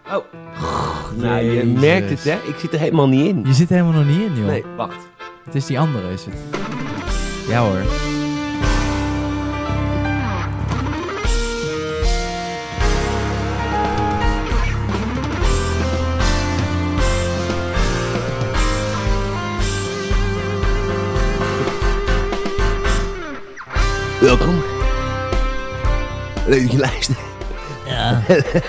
Oh. Nou, je merkt het, hè? Ik zit er helemaal niet in. Je zit er helemaal nog niet in, joh. Nee, wacht. Het is die andere, is het. Ja hoor. Welkom. Leuk dat je luistert. Ja.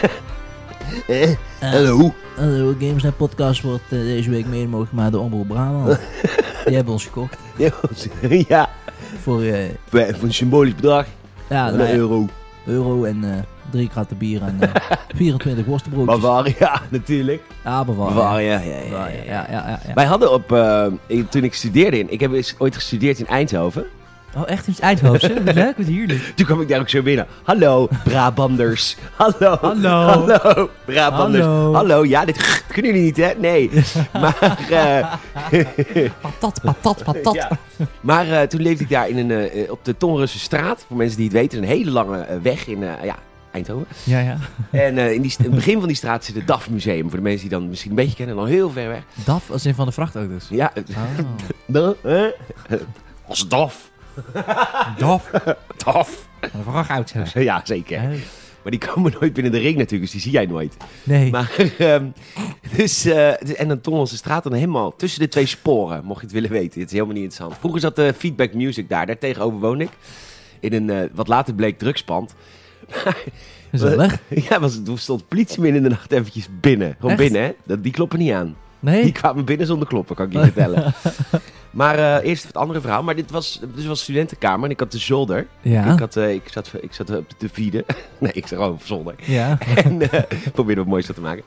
Hallo. Hallo, Gamesnet Podcast wordt deze week mede mogelijk gemaakt door Omroep Brabant. Die hebben ons gekocht. Ja, Voor een symbolisch bedrag. ja, Een euro en 3 kratten bier en 24 worstenbroodjes. Bavaria, natuurlijk. Ja, Bavaria. Bavaria, Ja. Wij hadden toen ik studeerde ik heb eens ooit gestudeerd in Eindhoven. Oh, echt in Eindhoven? Wat leuk, wat heerlijk. Toen kwam ik daar ook zo binnen. Hallo, Brabanders. Hallo. Hallo. Brabanders. Hallo. Ja, dit kunnen jullie niet, hè? Nee. Maar, Patat. ja. Maar toen leefde ik daar op de Tonrusse straat. Voor mensen die het weten, een hele lange weg in Eindhoven. Ja. En in het begin van die straat zit het DAF Museum. Voor de mensen die dan misschien een beetje kennen, dan heel ver weg. DAF, als in van de vrachtauto's. Ja. Als DAF. DAF. DAF. Van de vrachtauto's. Ja, zeker. Maar die komen nooit binnen de ring natuurlijk, dus die zie jij nooit. Nee. Maar, en dan Tongense straat dan helemaal tussen de 2 sporen, mocht je het willen weten. Het is helemaal niet interessant. Vroeger zat de Feedback Music daar tegenover woon ik. In een, wat later bleek, drugspand. Gezellig. Ja, er stond politie midden in de nacht eventjes binnen. Gewoon Echt? binnen, hè. Die kloppen niet aan. Nee? Die kwamen binnen zonder kloppen, kan ik je vertellen. Maar eerst het andere verhaal. Maar dit was studentenkamer en ik had de zolder. Ja. Ik zat op de vierde. Nee, ik zat gewoon op zolder. Ja. En probeerde wat moois van te maken.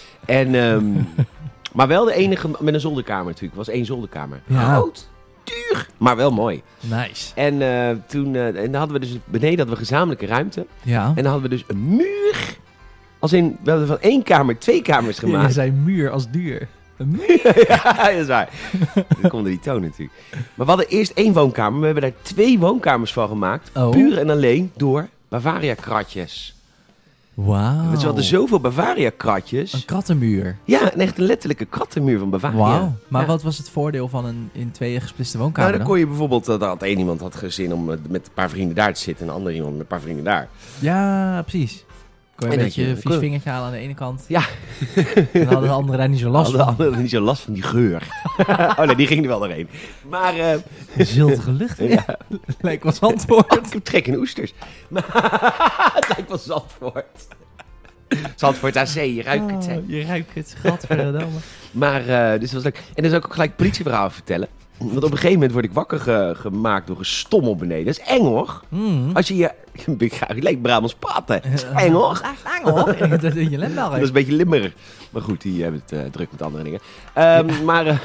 En, maar wel de enige met een zolderkamer natuurlijk. Het was 1 zolderkamer. Ja. Groot, duur, maar wel mooi. Nice. En en dan hadden we dus beneden hadden we gezamenlijke ruimte. Ja. En dan hadden we dus een muur. Als in, we hadden van 1 kamer 2 kamers Je gemaakt. zei muur als duur. Een muur? Ja, dat is waar. Dat komt door die toon natuurlijk. Maar we hadden eerst 1 woonkamer. We hebben daar 2 woonkamers van gemaakt. Oh. Puur en alleen door Bavaria-kratjes. Wauw. Dus we hadden zoveel Bavaria-kratjes. Een kattenmuur. Ja, echt een letterlijke kattenmuur van Bavaria. Wauw. Maar Ja. wat was het voordeel van een in 2 gesplitste Nou, woonkamer dan kon je bijvoorbeeld, dat één iemand had gezin om met een paar vrienden daar te zitten. En een ander iemand met een paar vrienden daar. Ja, precies. Kon je En een dat beetje je- een vies vingertje halen aan de ene kant. Ja. En dan hadden de anderen daar niet zo last Hadden de van. anderen niet zo last van die geur. Oh nee, die ging er wel doorheen. Maar, Ziltige lucht. ja. Lijkt wel Zandvoort. Ik heb trek in oesters. Maar, het lijkt wel Zandvoort. Zandvoort AC, je ruikt het, hè. Je ruikt het, gadverdamme. Maar, dus dat was leuk. En dan zou ik ook gelijk een politieverhaal vertellen. Want op een gegeven moment word ik wakker gemaakt door een stommel beneden. Dat is eng, hoor. Als je ik lijkt Brabants paten. Dat is eng, hoor. Eng hoor. Dat in je lemdag. Dat is een beetje Limburger. Maar goed, die hebben het druk met andere dingen. Maar,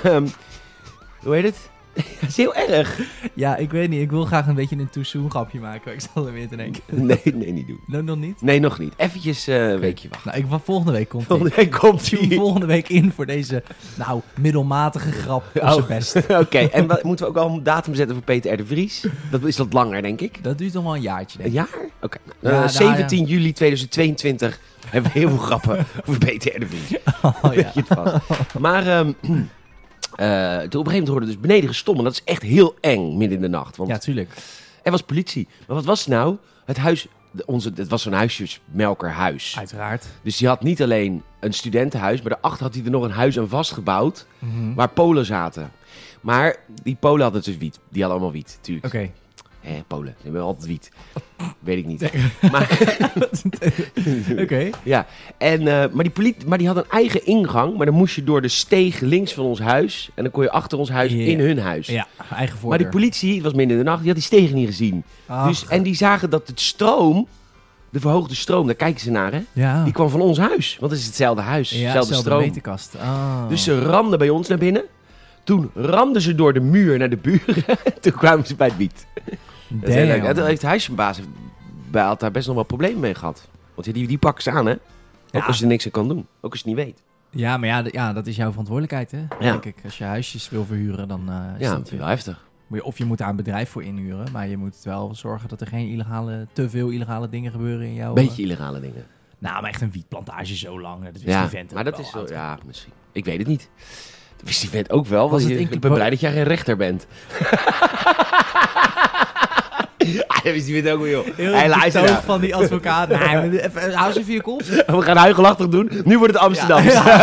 hoe heet het? Dat is heel erg. Ja, ik weet niet. Ik wil graag een beetje een too-soon grapje maken. Ik zal er weer te denken. Nee, niet doen. No, nog niet? Nee, nog niet. Eventjes een weekje wachten. Nou, volgende week komt Volgende hij. week komt Tune hij. volgende week in voor deze, middelmatige grap op zijn best. Oké, en moeten we ook al een datum zetten voor Peter R. de Vries? Dat is wat langer, denk ik. Dat duurt nog wel een jaartje, denk Een ik. jaar? Oké. Ja, 17 juli 2022 hebben we heel veel grappen over Peter R. de Vries. Oh, ja. Weet je het vast. Maar toen op een gegeven moment hoorde dus beneden gestommen. Dat is echt heel eng midden in de nacht. Want Ja, tuurlijk. er was politie. Maar wat was het nou? Het huis, het was zo'n huisjesmelkerhuis. Uiteraard. Dus die had niet alleen een studentenhuis, maar daarachter had hij er nog een huis aan vastgebouwd. Waar Polen zaten. Maar die Polen hadden dus wiet. Die hadden allemaal wiet, tuurlijk. Oké. Polen, die hebben altijd wiet. Weet ik niet. Maar, Oké. ja. Maar die had een eigen ingang, maar dan moest je door de steeg links van ons huis. En dan kon je achter ons huis Ja. in hun huis. Ja, eigen voordeur. Maar die politie, het was midden in de nacht, die had die stegen niet gezien. Ach. Dus, en die zagen dat het stroom, de verhoogde stroom, daar kijken ze naar, hè. Ja. Die kwam van ons huis, want het is hetzelfde huis, Ja, hetzelfde stroom. meterkast. Oh. Dus ze ramden bij ons naar binnen. Toen ramden ze door de muur naar de buren. Toen kwamen ze bij het wiet. Dat is heel leuk. Damn. Het heeft de huisbaas had daar best nog wel problemen mee gehad. Want die pakken ze aan, hè. Ook Ja. als je er niks aan kan doen. Ook als je het niet weet. Ja, maar ja, dat is jouw verantwoordelijkheid, hè? Ja. Denk ik. Als je huisjes wil verhuren, dan is Ja, dat dat is wel heftig. Of je moet daar een bedrijf voor inhuren, maar je moet wel zorgen dat er geen te veel illegale dingen gebeuren in jouw... Beetje illegale dingen. Nou, maar echt een wietplantage zo lang. Dat wist die vent maar ook dat is wel. zo... Ja, misschien. Ik weet het niet. Dat wist die vent ook wel. Was Want het ik ben blij dat jij geen rechter bent. Dat wist die vent ook wel, joh. Heel de toon van die advocaat. Nee, maar even, hou ze even je kop. We gaan huigelachtig doen. Nu wordt het Amsterdam.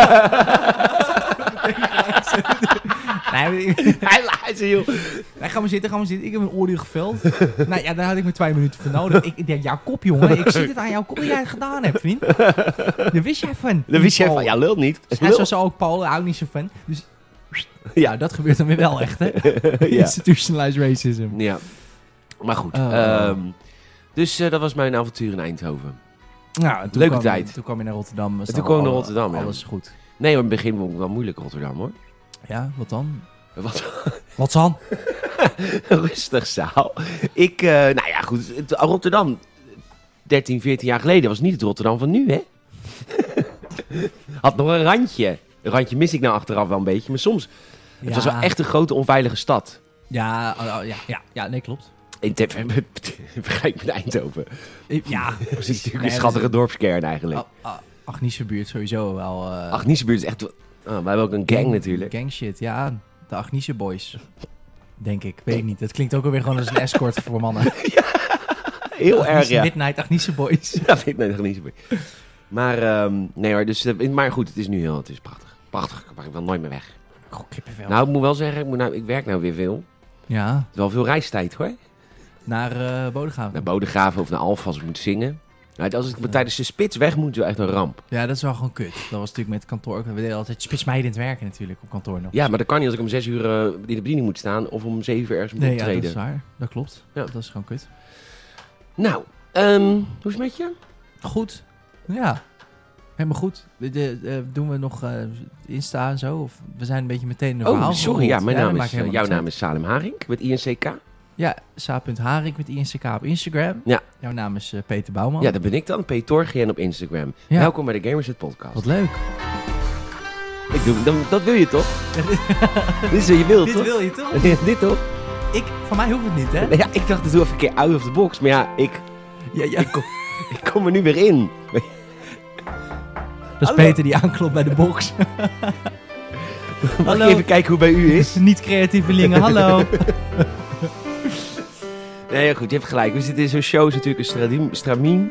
Hij luistert, joh. Nee, ga maar zitten. Ik heb een oordeel geveld. Nou ja, daar had ik me 2 minuten voor nodig. Ik denk, jouw kop, jongen. Ik zie het aan jouw kop dat jij het gedaan hebt, vriend. Daar wist jij van. Dat wist jij van. Ja, lul niet. Hij is zo ook Paul, daar hou ik niet zo van. Dus ja, dat gebeurt dan weer wel echt, hè. Institutionalized racism. Ja. Maar goed. Dus dat was mijn avontuur in Eindhoven. Nou, Leuke tijd. Toen kwam je naar Rotterdam. Toen kwam ik naar Rotterdam, ja. Alles goed. Nee, maar in het begin vond ik wel moeilijk Rotterdam, hoor. Ja, wat dan? Wat dan? Rustig, Saal. Nou ja, goed. Rotterdam, 13, 14 jaar geleden, was niet het Rotterdam van nu, hè? Had nog een randje. Een randje mis ik nou achteraf wel een beetje. Maar soms, het was wel echt een grote onveilige stad. Ja, nee, klopt. In vergelijk met Eindhoven. Ja, precies. Natuurlijk een schattige dorpskern eigenlijk. Agniesebuurt sowieso wel. Agniesebuurt is echt... wij hebben ook een gang natuurlijk. Gang shit, ja. De Agniese Boys. Denk ik. Weet ik niet. Dat klinkt ook alweer gewoon als een escort voor mannen. Ja, heel erg, ja. Midnight Agniese Boys. Ja, Midnight Agniese Boys. Maar, nee hoor, dus, maar goed, het is prachtig. Prachtig, maar ik wil nooit meer weg. Kippenvel. Nou, ik moet wel zeggen, ik werk nou weer veel. Ja. Het is wel veel reistijd hoor. Naar Bodegraven. Naar Bodegraven of naar Alphen als ik moet zingen. Nou, als ik tijdens de spits weg moet, is wel echt een ramp. Ja, dat is wel gewoon kut. Dat was natuurlijk met het kantoor. We deden altijd spitsmijdend werken natuurlijk op kantoor nog. Ja, maar dat kan niet als ik om 6 uur in de bediening moet staan of om 7 uur ergens moet optreden. Ja, dat is waar. Dat klopt. Ja. Dat is gewoon kut. Nou, hoe is het met je? Goed. Ja. Helemaal goed. Doen we nog Insta en zo? Of we zijn een beetje meteen in de verhaal. Oh, sorry. Ja, jouw naam is is Salem Haring met INCK. Ja, sa.haring met INCK op Instagram. Ja. Jouw naam is Peter Bouwman. Ja, dat ben ik dan. Petorgien op Instagram. Ja. Welkom bij de Gamersnet podcast. Wat leuk. Dat wil je toch? Dit is wat je wilt, toch? Dit wil je toch? Dit toch? Van mij hoeft het niet, hè? Nee, ja, ik dacht, dat doe even een keer out of the box. Maar ja, ik kom er nu weer in. Dat is Peter die aanklopt bij de box. Mag ik even kijken hoe bij u is? Niet creatievelingen, hallo. Nee, goed, je hebt gelijk. We zitten in zo'n show, is natuurlijk een stramien.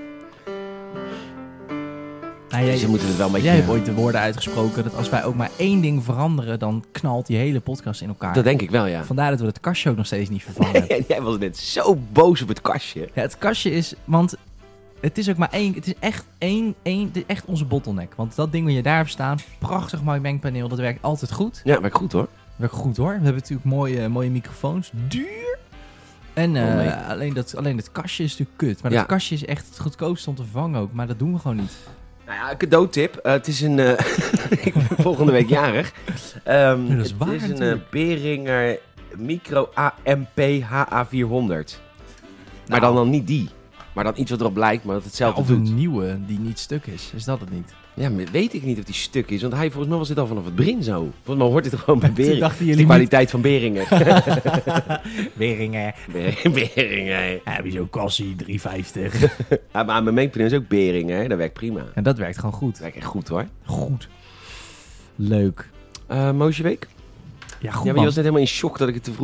Dus we moeten het wel een beetje... Jij hebt ooit de woorden uitgesproken dat als wij ook maar 1 ding veranderen, dan knalt die hele podcast in elkaar. Dat denk ik wel, ja. Vandaar dat we het kastje ook nog steeds niet vervangen hebben. Jij was net zo boos op het kastje. Ja, het kastje is... Want het is ook maar 1... Het is echt het is echt onze bottleneck. Want dat ding wat je daar hebt staan, prachtig mooi mengpaneel, dat werkt altijd goed. Ja, werkt goed hoor. Werkt goed hoor. We hebben natuurlijk mooie microfoons. Duur. En alleen het kastje is natuurlijk kut. Maar dat kastje is echt het goedkoopste om te vervangen ook. Maar dat doen we gewoon niet. Nou ja, een cadeautip. Het is een... ik ben volgende week jarig. Dat is waar, het is natuurlijk. een Behringer Micro AMP HA400. Maar dan niet die. Maar dan iets wat erop lijkt, maar dat hetzelfde of doet. Een nieuwe die niet stuk is. Is dat het niet? Ja, maar weet ik niet of die stuk is. Want volgens mij was dit al vanaf het begin zo. Volgens mij hoort dit gewoon bij Behringer. Dachten jullie de kwaliteit van Behringer. Behringer. Behringer. Heb je zo'n kassie, 3,50. Ja, maar mijn mengpaneel is ook Behringer. Dat werkt prima. En dat werkt gewoon goed. Dat werkt echt goed hoor. Goed. Leuk. Mooie week? Ja, goed. Ja, maar je was net helemaal in shock dat ik het te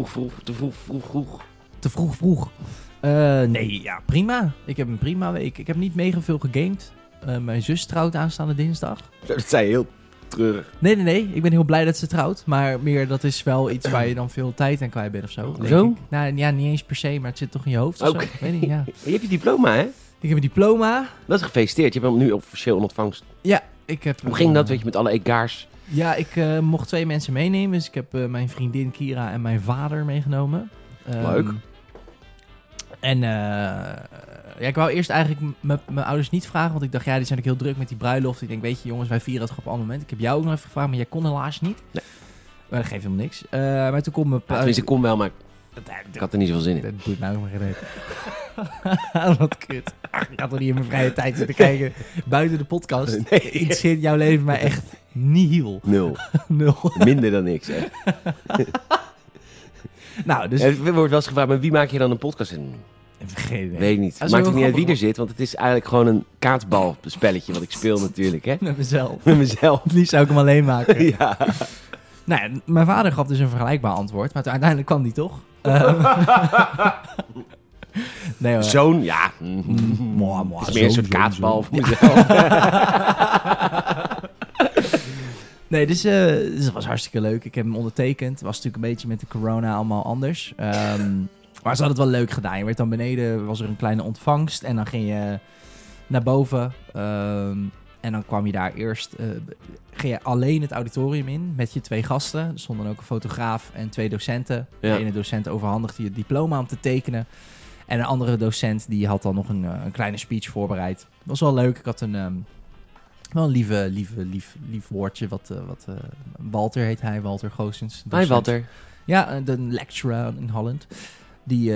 vroeg. Nee, ja, prima. Ik heb een prima week. Ik heb niet mega veel gegamed. Mijn zus trouwt aanstaande dinsdag. Dat zei je heel treurig. Nee. Ik ben heel blij dat ze trouwt. Maar meer, dat is wel iets waar je dan veel tijd aan kwijt bent of zo. Zo? Nou, ja, niet eens per se, maar het zit toch in je hoofd of zo. Weet niet, ja. Je hebt je diploma, hè? Ik heb een diploma. Dat is gefeliciteerd. Je bent nu officieel in ontvangst. Ja, ik heb... Hoe ging dat, weet je, met alle egaars? Ja, ik mocht 2 mensen meenemen. Dus ik heb mijn vriendin Kira en mijn vader meegenomen. Leuk. En ik wou eerst eigenlijk mijn ouders niet vragen, want ik dacht, ja, die zijn ook heel druk met die bruiloft. Ik denk, weet je jongens, wij vieren het op een ander moment. Ik heb jou ook nog even gevraagd, maar jij kon helaas niet. Nee. Maar dat geeft helemaal niks. Maar toen kon mijn... Tenminste, ik kon wel, maar ik had er niet zoveel zin in. Dat doet nou maar geen reet. Wat kut. Ik ga toch niet in mijn vrije tijd zitten kijken buiten de podcast. Nee. Interesseert jouw leven mij echt nihil. 0. Minder dan niks, hè. Nou, dus... Er wordt wel eens gevraagd, maar wie maak je dan een podcast in? Geen idee. Weet ik niet. Dat is Maakt wel ook niet uit wie grappig, er zit, want het is eigenlijk gewoon een kaartbalspelletje wat ik speel natuurlijk, hè. Met mezelf. Met mezelf. Het liefst zou ik hem alleen maken. Ja. Nou ja, mijn vader gaf dus een vergelijkbaar antwoord, maar uiteindelijk kwam die toch. Nee hoor. Zo'n, ja. Moi, moi, Het is meer een soort zo'n, kaatsbal zo'n. voor mezelf. Nee, dus het was hartstikke leuk. Ik heb hem ondertekend. Het was natuurlijk een beetje met de corona allemaal anders. Maar ze hadden het wel leuk gedaan. Je werd dan beneden, was er een kleine ontvangst. En dan ging je naar boven. En dan kwam je daar eerst... ging je alleen het auditorium in met je 2 gasten. Er stonden ook een fotograaf en 2 docenten. Ja. De ene docent overhandigde je het diploma om te tekenen. En een andere docent die had dan nog een kleine speech voorbereid. Dat was wel leuk. Ik had wel een lief woordje. Walter heet hij, Walter Goossens. Hi docent. Walter. Ja, de lecturer in Holland. Die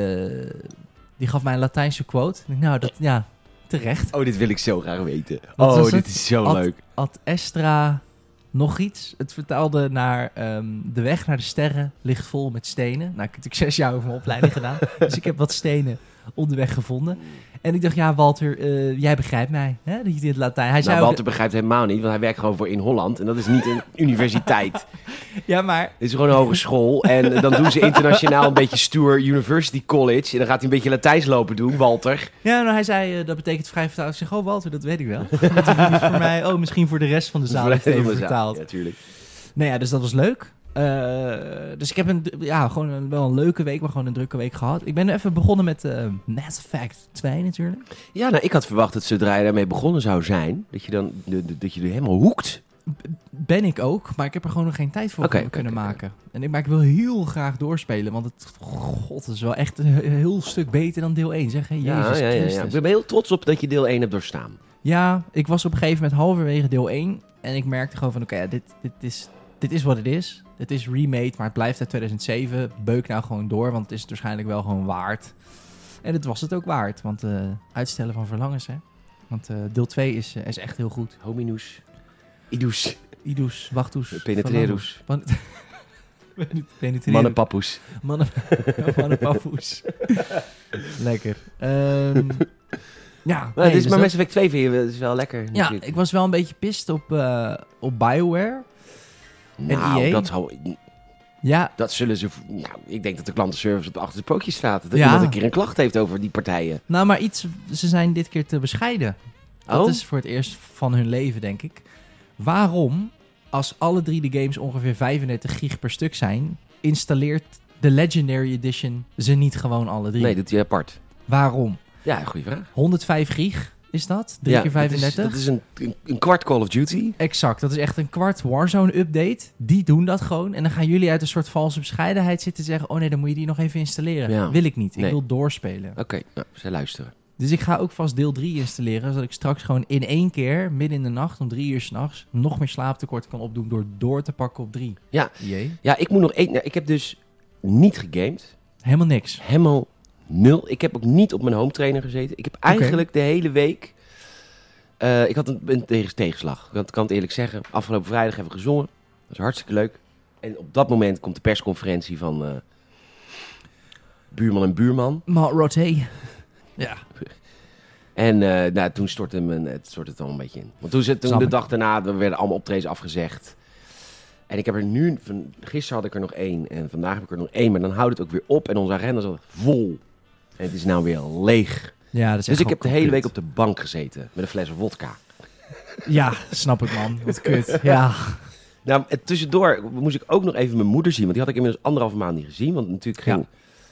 gaf mij een Latijnse quote. Ik dacht, nou, dat, ja, terecht. Oh, dit wil ik zo graag weten. Wat was Oh, het? dit is zo leuk. Ad Estra nog iets. Het vertaalde naar de weg naar de sterren ligt vol met stenen. Nou, ik heb natuurlijk 6 jaar over mijn opleiding gedaan. Dus ik heb wat stenen onderweg gevonden. En ik dacht, ja, Walter, jij begrijpt mij. Hè? Dat je dit Latijn... Hij zei Nou, ook- Walter begrijpt helemaal niet, want hij werkt gewoon voor in Holland. En dat is niet een universiteit. Ja, maar... Het is gewoon een hogeschool. En dan doen ze internationaal een beetje stoer University College. En dan gaat hij een beetje Latijns lopen doen, Walter. Ja, nou, hij zei, dat betekent vrij vertaald. Ik zeg, oh Walter, dat weet ik wel. Dat is niet voor mij. Oh, misschien voor de rest van de zaal heeft het even vertaald. Ja, tuurlijk. Nou ja, dus dat was leuk. Dus ik heb wel een leuke week, maar gewoon een drukke week gehad. Ik ben even begonnen met Mass Effect 2 natuurlijk. Ja, nou, ik had verwacht dat zodra je daarmee begonnen zou zijn, dat je dan dat je er helemaal hoekt. Ben ik ook, maar ik heb er gewoon nog geen tijd voor kunnen maken. En ik wil heel graag doorspelen, want het is wel echt een heel stuk beter dan deel 1, zeg. Hè? Jezus Christus. Ik ben heel trots op dat je deel 1 hebt doorstaan. Ja, ik was op een gegeven moment halverwege deel 1 en ik merkte gewoon van, oké, dit is wat het is. Het is remade, maar het blijft uit 2007. Beuk nou gewoon door, want het is het waarschijnlijk wel gewoon waard. En het was het ook waard, want uitstellen van verlangens, hè. Want deel 2 is echt heel goed. Hominus. Idus. Wachtoes. Penetrerus. Penetrerus. Mannenpapoes. Mannenpapoes. Lekker. Ja, Maar dus Mass Effect 2 vind je is wel lekker. ja, natuurlijk. ik was wel een beetje pist op BioWare. Nou, EA? Ja, dat zullen ze... Nou, ik denk dat de klantenservice op de achter het sprookje staat. Dat Ja. iemand een keer een klacht heeft over die partijen. nou, maar ze zijn dit keer te bescheiden. Dat Oh? is voor het eerst van hun leven, denk ik. Waarom, als alle 3 de games ongeveer 35 gig per stuk zijn, installeert de Legendary Edition ze niet gewoon alle 3? Nee, doet hij apart. Waarom? Ja, goede vraag. 105 gig is dat? 3 Ja, keer 35? Dat is een kwart Call of Duty. Exact, dat is echt een kwart Warzone-update. Die doen dat gewoon. En dan gaan jullie uit een soort valse bescheidenheid zitten zeggen, oh nee, dan moet je die nog even installeren. Ja. Wil ik niet. Ik Nee. wil doorspelen. Oké, nou, zij luisteren. Dus ik ga ook vast deel 3 installeren, zodat ik straks gewoon in 1 keer, midden in de nacht, om 3 uur 's nachts, nog meer slaaptekort kan opdoen door te pakken op 3. Ja. Jee. Ja, ik moet nog één... Nou, ik heb dus niet gegamed. Helemaal niks. Helemaal 0. Ik heb ook niet op mijn home trainer gezeten. Ik heb eigenlijk de hele week... ik had een tegenslag. Ik kan het eerlijk zeggen. Afgelopen vrijdag hebben we gezongen. Dat was hartstikke leuk. En op dat moment komt de persconferentie van buurman en buurman. Maar Roté. Ja. En toen stortte het al een beetje in. Want toen Snap de ik. dag daarna werden allemaal optredens afgezegd. En ik heb er nu... Gisteren had ik er nog 1 en vandaag heb ik er nog 1. Maar dan houdt het ook weer op en onze agenda is al vol. En het is nou weer leeg. Ja, dat is Dus echt ik heb de gewoon hele kut. week op de bank gezeten met een fles wodka. Ja, snap ik man. Wat kut. Ja. Nou, tussendoor moest ik ook nog even mijn moeder zien. Want die had ik inmiddels 1,5 maand niet gezien. Want natuurlijk ging...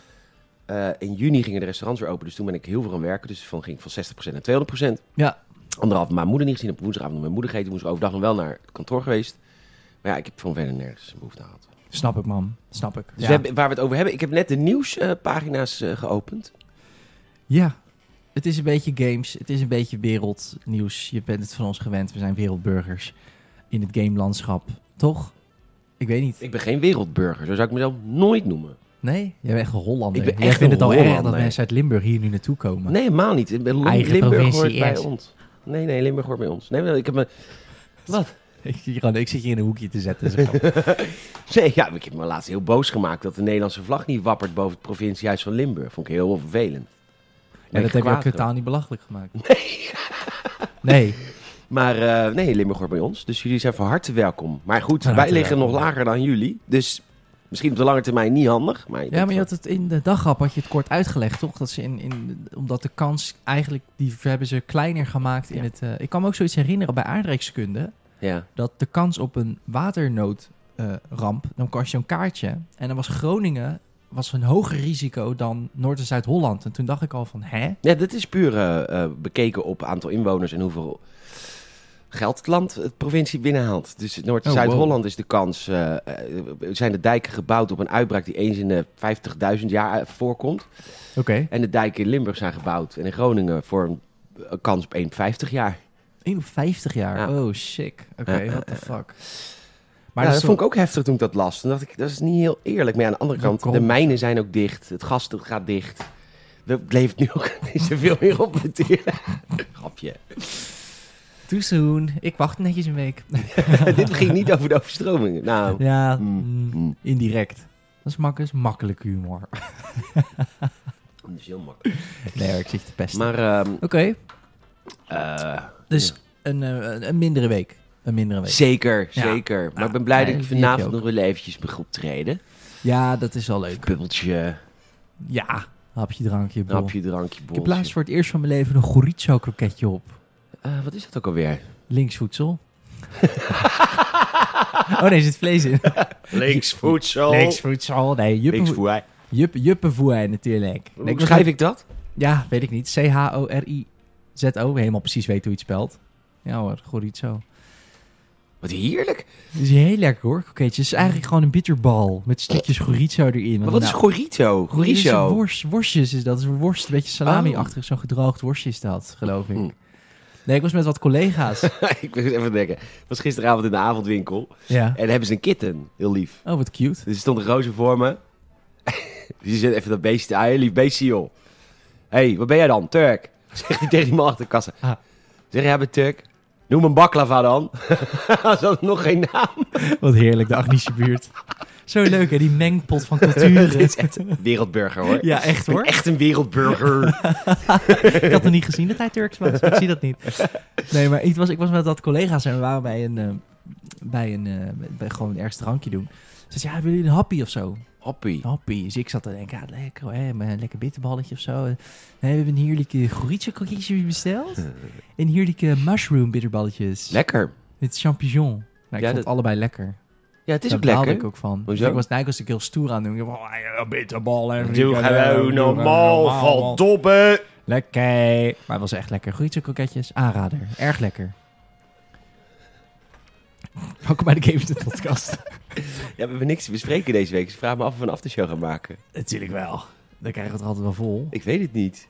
in juni gingen de restaurants weer open. Dus toen ben ik heel veel gaan werken. Dus ging ik van 60% naar 200%. Ja. 1,5 maand moeder niet gezien. Op woensdagavond met mijn moeder gegeten. Woensdag overdag nog wel naar het kantoor geweest. Maar ja, ik heb gewoon verder nergens behoefte aan gehad. Snap ik man. Snap ik. Dus Ja. waar we het over hebben. Ik heb net de nieuwspagina's geopend. Ja, het is een beetje games, het is een beetje wereldnieuws. Je bent het van ons gewend, we zijn wereldburgers in het gamelandschap. Toch? Ik weet niet. Ik ben geen wereldburger. Zo zou ik mezelf nooit noemen. Nee? Jij bent echt een Hollander. Ik ben Jij echt vindt een het al erg Hollander. dat mensen uit Limburg hier nu naartoe komen. Nee, helemaal niet. Eigen Limburg provincie hoort bij is. ons. Nee, Limburg hoort bij ons. Nee, ik heb me... Wat? Ik zit hier in een hoekje te zetten. Dat is een grap. Nee, ja, ik heb me laatst heel boos gemaakt dat de Nederlandse vlag niet wappert boven het provinciehuis van Limburg. Vond ik heel vervelend. Ja, dat heb je ook totaal niet belachelijk gemaakt. Nee. Maar Limburg hoort bij ons. Dus jullie zijn van harte welkom. Maar goed, wij liggen nog lager dan jullie. Dus misschien op de lange termijn niet handig. Maar maar je had het in de dagrap had je het kort uitgelegd, toch? Dat ze omdat de kans eigenlijk, die hebben ze kleiner gemaakt in het... ik kan me ook zoiets herinneren bij aardrijkskunde. Ja. Dat de kans op een waternoodramp, dan kost je een kaartje. En dan was Groningen een hoger risico dan Noord- en Zuid-Holland. En toen dacht ik al van, hè? Ja, dit is puur bekeken op aantal inwoners en hoeveel geld het land, het provincie binnenhaalt. Dus Noord- en Zuid-Holland is de kans, zijn de dijken gebouwd op een uitbraak die eens in de 50.000 jaar voorkomt. Oké. En de dijken in Limburg zijn gebouwd en in Groningen voor een kans op 1 op 50 jaar. 1 op 50 jaar? Ja. Oh, sick. Oké, what the fuck. Maar dat vond ik ook heftig toen ik dat las. Toen dacht ik, dat is niet heel eerlijk. Maar aan de andere kant, de mijnen zijn ook dicht. Het gas gaat dicht. Het leeft nu ook niet zoveel meer op natuurlijk. Grapje. Too soon. Ik wacht netjes een week. Dit ging niet over de overstromingen. Nou, ja, indirect. Dat is makkelijk humor. Dat is heel makkelijk. Nee, ik zit je te pesten. Maar, Oké. Dus een mindere week. Een mindere week. Zeker. Ja. Maar ik ben blij dat ik vanavond nog wel eventjes mag optreden. Ja, dat is wel leuk. Bubbeltje. Ja, hapje, drankje, bol. Hapje, drankje, bol. Ik heb laatst voor het eerst van mijn leven een chorizo kroketje op. Wat is dat ook alweer? Linksvoedsel. Oh nee, er zit vlees in. Linksvoedsel. Linksvoedsel. Nee, juppenvoer natuurlijk. Hoe schrijf ik dat? Ja, weet ik niet. CHORIZO. Helemaal precies weten hoe je het spelt. Ja hoor, chorizo. Wat heerlijk. Het is heel lekker hoor, kroketje. Het is eigenlijk gewoon een bitterbal met stukjes chorizo erin. Maar wat is chorizo? Chorizo? Worstjes is dat. Het is een worst, een beetje salami-achtig. Zo'n gedroogd worstje is dat, geloof ik. Nee, ik was met wat collega's. Ik wil even denken. Ik was gisteravond in de avondwinkel. Ja. En dan hebben ze een kitten. Heel lief. Oh, wat cute. Dus er stond een roze voor me. Die zet even dat beestje aan. Lief beestje, joh. Hé, wat ben jij dan? Turk. Zegt hij tegen die man achter de kassa. Zeg, jij bent Turk? Noem een baklava dan. Ze had nog geen naam. Wat heerlijk, de Agnische buurt. Zo leuk hè, die mengpot van culturen. Dit is echt een wereldburger hoor. Ja, echt hoor. Echt een wereldburger. Ik had nog niet gezien dat hij Turks was. Ik zie dat niet. Nee, maar ik was met wat collega's en we waren bij gewoon ergens drankje doen. Ze zei, ja, willen jullie een happy of zo? Happy. Dus ik zat te denken, ja, lekker hè, een lekker bitterballetje of zo. Nee, we hebben heerlijke chorizo-krokjes besteld. En heerlijke mushroom bitterballetjes. Lekker. Met champignon. Nou, ik vond het allebei lekker. Ja, het is daar ook lekker. Daar ik ook van. Hoezo? Ik was eigenlijk heel stoer aan doen. Ik dacht, bitterbal en doe gewoon normaal, valdoppen. Lekker. Maar het was echt lekker. Chorizo-kroketjes, aanrader. Erg lekker. Welkom bij de Games de podcast. Ja, we hebben niks te bespreken deze week. Dus vraag me af of we een aftershow gaan maken. Natuurlijk wel. Dan krijgen we het altijd wel vol. Ik weet het niet.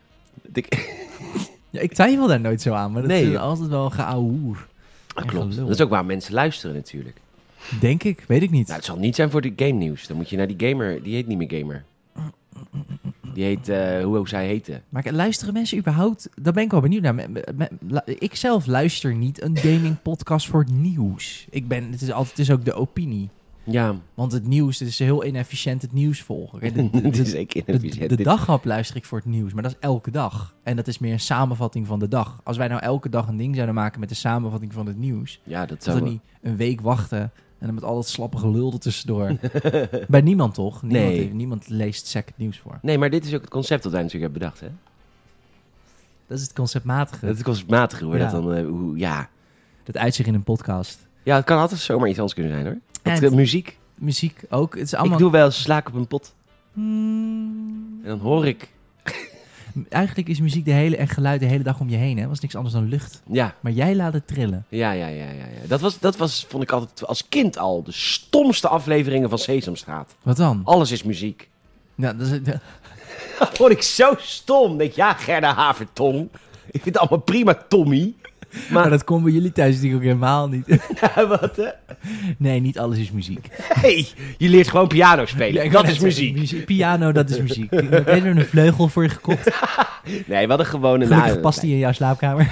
Ja, ik twijfel daar nooit zo aan, maar dat is altijd wel geouwehoer. Dat klopt. Dat is ook waar mensen luisteren natuurlijk. Denk ik, weet ik niet. Nou, het zal niet zijn voor de game nieuws. Dan moet je naar die gamer. Die heet niet meer gamer. Die heet, hoe zij heette. Maar luisteren mensen überhaupt? Daar ben ik wel benieuwd naar. Ik zelf luister niet een gaming podcast voor het nieuws. Het is ook de opinie. Ja. Want het nieuws, het is heel inefficiënt het nieuws volgen. Het is zeker inefficiënt. De daghap luister ik voor het nieuws, maar dat is elke dag. En dat is meer een samenvatting van de dag. Als wij nou elke dag een ding zouden maken met de samenvatting van het nieuws. Ja, dat zou niet een week wachten en dan met al dat slappe gelul er tussendoor. Bij niemand toch? Niemand leest sec het nieuws voor. Nee, maar dit is ook het concept dat wij natuurlijk hebben bedacht, hè? Dat is het conceptmatige. Dat is het conceptmatige, hoe dat dan... Dat uitzicht in een podcast. Ja, het kan altijd zomaar iets anders kunnen zijn, hoor. Muziek. Muziek ook. Het is allemaal... Ik doe wel eens slaak op een pot. En dan hoor ik... Eigenlijk is muziek en geluid de hele dag om je heen, hè? Dat was niks anders dan lucht. Ja. Maar jij laat het trillen. Ja. Dat was, vond ik altijd als kind al, de stomste afleveringen van Sesamstraat. Wat dan? Alles is muziek. Ja, dat vond ik zo stom. Denk, ja, Gerda Havertong. Ik vind het allemaal prima, Tommy. Maar dat komt bij jullie thuis natuurlijk ook helemaal niet. Nou, wat hè? Nee, niet alles is muziek. Hey, je leert gewoon piano spelen. Dat is muziek. Piano, dat is muziek. Heb je er een vleugel voor je gekocht? Nee, we hadden gewoon een... Gelukkig past die in jouw slaapkamer.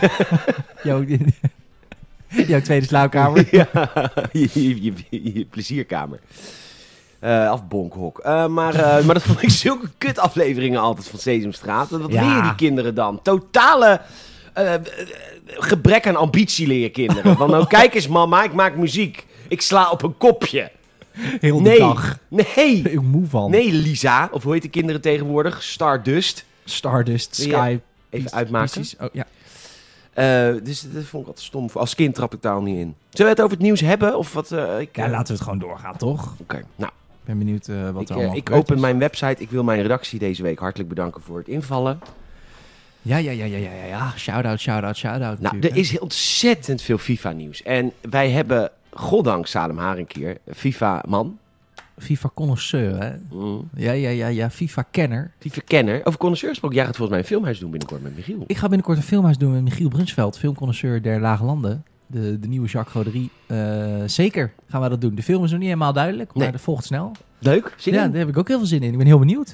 jouw tweede slaapkamer. Ja, je plezierkamer. Of Bonkhok. Maar dat vond ik zulke kut afleveringen altijd van Sesamstraat. Wat leren die kinderen dan? Totale gebrek aan ambitie leren kinderen. Van nou kijk eens mama, ik maak muziek. Ik sla op een kopje. Heel de dag. Nee. Ik moe van. Nee, Lisa. Of hoe heet de kinderen tegenwoordig? Stardust, Sky. Even uitmaken. Precies. Oh, ja. Dus dat vond ik altijd stom. Als kind trap ik daar al niet in. Zullen we het over het nieuws hebben? Of wat? Ja, laten we het gewoon doorgaan, toch? Oké, nou. Ik ben benieuwd wat er allemaal ik open mijn website. Ik wil mijn redactie deze week hartelijk bedanken voor het invallen. Ja. Shout-out. Nou, er is ontzettend veel FIFA-nieuws. En wij hebben, goddank Salem Harinkier, FIFA-man. FIFA-connoisseur, hè? Ja, FIFA-kenner. FIFA-kenner. Over connoisseurs gesproken. Jij gaat volgens mij een filmhuis doen binnenkort met Michiel. Ik ga binnenkort een filmhuis doen met Michiel Brunsveld, filmconnoisseur der Lage Landen. De nieuwe Jacques Roderie. Zeker gaan we dat doen. De film is nog niet helemaal duidelijk, maar dat volgt snel. Leuk. Zin in? Ja, daar heb ik ook heel veel zin in. Ik ben heel benieuwd.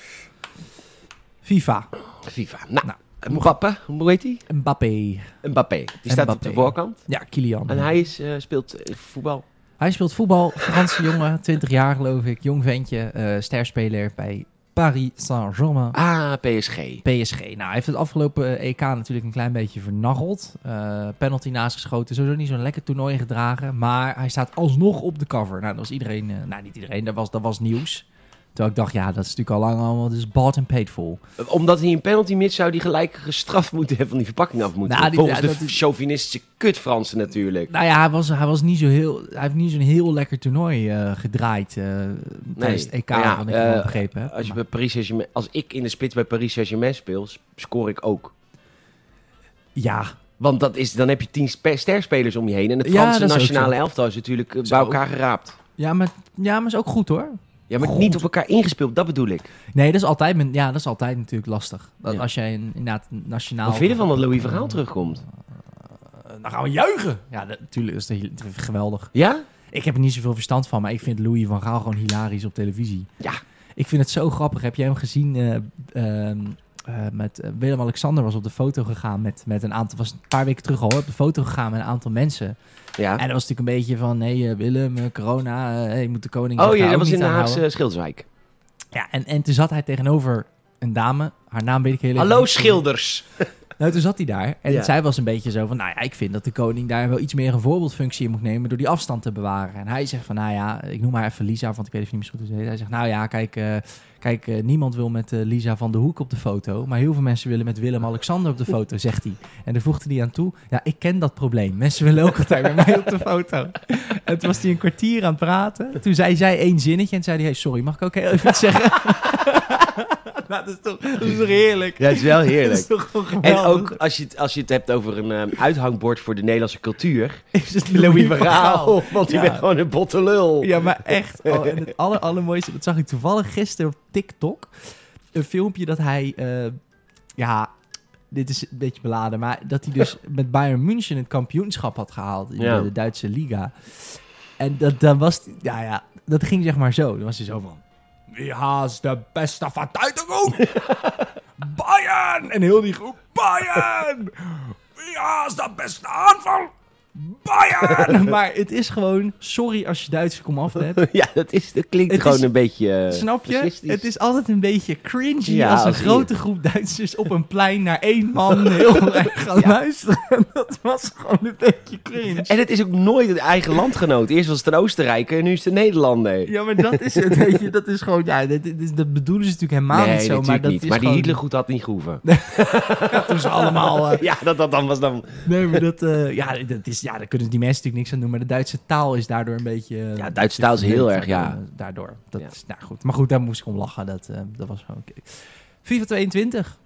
FIFA. Nou, Mbappé, hoe heet hij? Mbappé. Die staat op de voorkant. Ja, Kylian. En hij speelt voetbal. Hij speelt voetbal. Franse jongen, 20 jaar geloof ik. Jong ventje, sterspeler bij Paris Saint-Germain. PSG. Nou, hij heeft het afgelopen EK natuurlijk een klein beetje vernacheld. Penalty naast geschoten. Sowieso niet zo'n lekker toernooi gedragen. Maar hij staat alsnog op de cover. Nou, dat was iedereen... niet iedereen. Dat was nieuws. Terwijl ik dacht, ja, dat is natuurlijk al lang allemaal. Dus bought and paid for. Omdat hij een penalty mist, zou hij gelijk gestraft moeten hebben van die verpakking af moeten. Nou, volgens de chauvinistische kut-Fransen natuurlijk. Nou ja, hij was niet zo heel... Hij heeft niet zo'n heel lekker toernooi gedraaid tijdens het EK, wat ik wel begrepen heb. Als ik in de spits bij Paris Saint-Germain speel, scoor ik ook. Ja. Want dan heb je 10 sterspelers om je heen. En het Franse nationale elftal is natuurlijk bij elkaar geraapt. Ja, maar is ook goed hoor. Ja, maar niet op elkaar ingespeeld, dat bedoel ik. Nee, dat is altijd natuurlijk lastig. Als jij inderdaad nationaal... Wat vind je ervan dat Louis van Gaal terugkomt? Dan gaan we juichen! Ja, natuurlijk is het geweldig. Ja? Ik heb er niet zoveel verstand van, maar ik vind Louis van Gaal gewoon hilarisch op televisie. Ja. Ik vind het zo grappig. Heb jij hem gezien... met Willem-Alexander was op de foto gegaan met een aantal... was een paar weken terug al op de foto gegaan met een aantal mensen... Ja. En dat was natuurlijk een beetje van, nee Willem, corona, je moet de koning... Oh ja, dat was in de Haagse Schilderswijk. Ja, en toen zat hij tegenover een dame, haar naam weet ik heel even. Hallo Schilders! Nou, toen zat hij daar en zij was een beetje zo van, nou ja, ik vind dat de koning daar wel iets meer een voorbeeldfunctie in moet nemen door die afstand te bewaren. En hij zegt van, nou ja, ik noem haar even Lisa, want ik weet even niet meer zo goed hoe ze heet. Hij zegt, nou ja, kijk, niemand wil met Lisa van de Hoek op de foto, maar heel veel mensen willen met Willem-Alexander op de foto, zegt hij. En daar voegde hij aan toe, ja, ik ken dat probleem. Mensen willen ook altijd met mij op de foto. En toen was hij een kwartier aan het praten. Toen zei zij één zinnetje en zei hij, hey, sorry, mag ik ook heel even iets zeggen? Nou, dat is toch heerlijk? Ja, het is wel heerlijk. Dat is toch gewoon geweldig. En ook als je het hebt over een uithangbord voor de Nederlandse cultuur... Is het Louis van Gaal. Want die bent gewoon een botte lul. Ja, maar echt. Oh, en het allermooiste, dat zag ik toevallig gisteren op TikTok. Een filmpje dat hij... dit is een beetje beladen, maar dat hij dus met Bayern München het kampioenschap had gehaald in de Duitse Liga. En dat was... Ja, dat ging zeg maar zo. Dan was hij zo van... Wie haast de beste verteidigung? Bayern! En heel die groep, Bayern! Wie haast de beste aanval? Bayern! Maar het is gewoon, sorry als je Duits komaf hebt. Ja, dat klinkt gewoon een beetje snap je? Het is altijd een beetje cringy als een grote groep Duitsers op een plein naar één man heel erg gaan luisteren. Dat was gewoon een beetje cringe. En het is ook nooit het eigen landgenoot. Eerst was het een Oostenrijker en nu is het een Nederlander. Ja, maar dat is het, weet je. Dat is gewoon, dat bedoelen ze natuurlijk helemaal niet zo. Maar dat niet. Is maar gewoon... die Hitlergoed had niet gehoeven. Toen ze allemaal... Ja, dat dan was dan... Nee, maar dat... daar kunnen die mensen natuurlijk niks aan doen. Maar de Duitse taal is daardoor een beetje... Ja, Duitse taal is heel erg, daardoor. Dat is, nou goed. Maar goed, daar moest ik om lachen. Dat was gewoon... FIFA 22.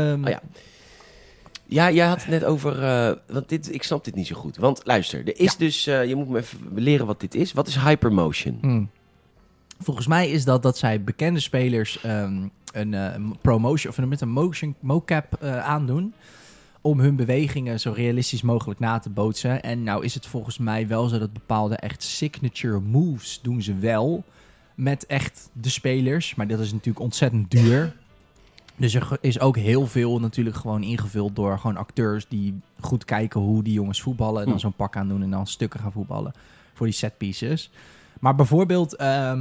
Ja, jij had het net over... want ik snap dit niet zo goed. Want luister, er is dus... je moet me even leren wat dit is. Wat is Hypermotion? Volgens mij is dat zij bekende spelers een promotion... of met een motion mocap aandoen... om hun bewegingen zo realistisch mogelijk na te bootsen. En nou is het volgens mij wel zo dat bepaalde echt signature moves doen ze wel... met echt de spelers. Maar dat is natuurlijk ontzettend duur... Dus er is ook heel veel natuurlijk gewoon ingevuld door gewoon acteurs die goed kijken hoe die jongens voetballen. En dan zo'n pak aan doen en dan stukken gaan voetballen voor die set pieces. Maar bijvoorbeeld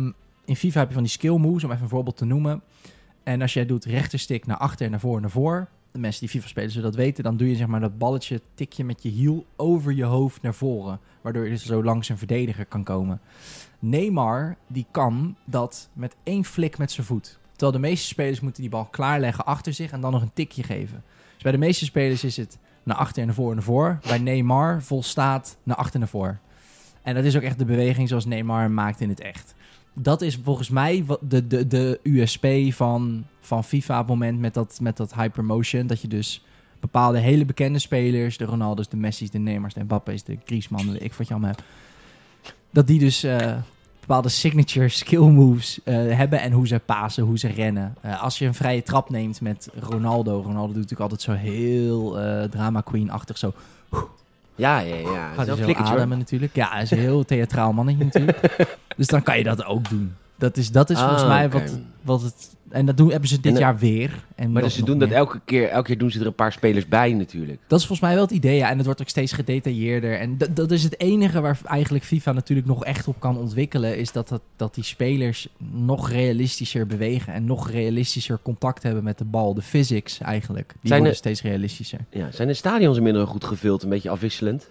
in FIFA heb je van die skill moves, om even een voorbeeld te noemen. En als jij doet rechterstick naar achter, naar voor, naar voor. De mensen die FIFA spelen zullen dat weten. Dan doe je zeg maar dat balletje, tik je met je hiel over je hoofd naar voren. Waardoor je dus zo langs een verdediger kan komen. Neymar, die kan dat met 1 flik met zijn voet. Terwijl de meeste spelers moeten die bal klaarleggen achter zich en dan nog een tikje geven. Dus bij de meeste spelers is het naar achter en naar voor en naar voor. Bij Neymar volstaat naar achter en naar voor. En dat is ook echt de beweging zoals Neymar maakt in het echt. Dat is volgens mij de USP van FIFA op het moment met dat hypermotion. Dat je dus bepaalde hele bekende spelers, de Ronaldo's, de Messi's, de Neymars, de Mbappe's, de Griezmann, de ik wat je allemaal hebt. Dat die dus bepaalde signature skill moves hebben en hoe ze pasen, hoe ze rennen. Als je een vrije trap neemt met Ronaldo doet natuurlijk altijd zo heel drama queen-achtig zo. Ja. Gaat hij zo ademen natuurlijk. Ja, hij is een heel theatraal mannetje natuurlijk. Dus dan kan je dat ook doen. Dat is volgens mij wat het... En dat hebben ze dit jaar weer. Maar dus ze doen dat elke keer doen ze er een paar spelers bij natuurlijk. Dat is volgens mij wel het idee, ja. En het wordt ook steeds gedetailleerder. En dat is het enige waar eigenlijk FIFA natuurlijk nog echt op kan ontwikkelen. Is dat die spelers nog realistischer bewegen. En nog realistischer contact hebben met de bal. De physics eigenlijk. Die worden steeds realistischer. Ja, zijn de stadions inmiddels goed gevuld? Een beetje afwisselend?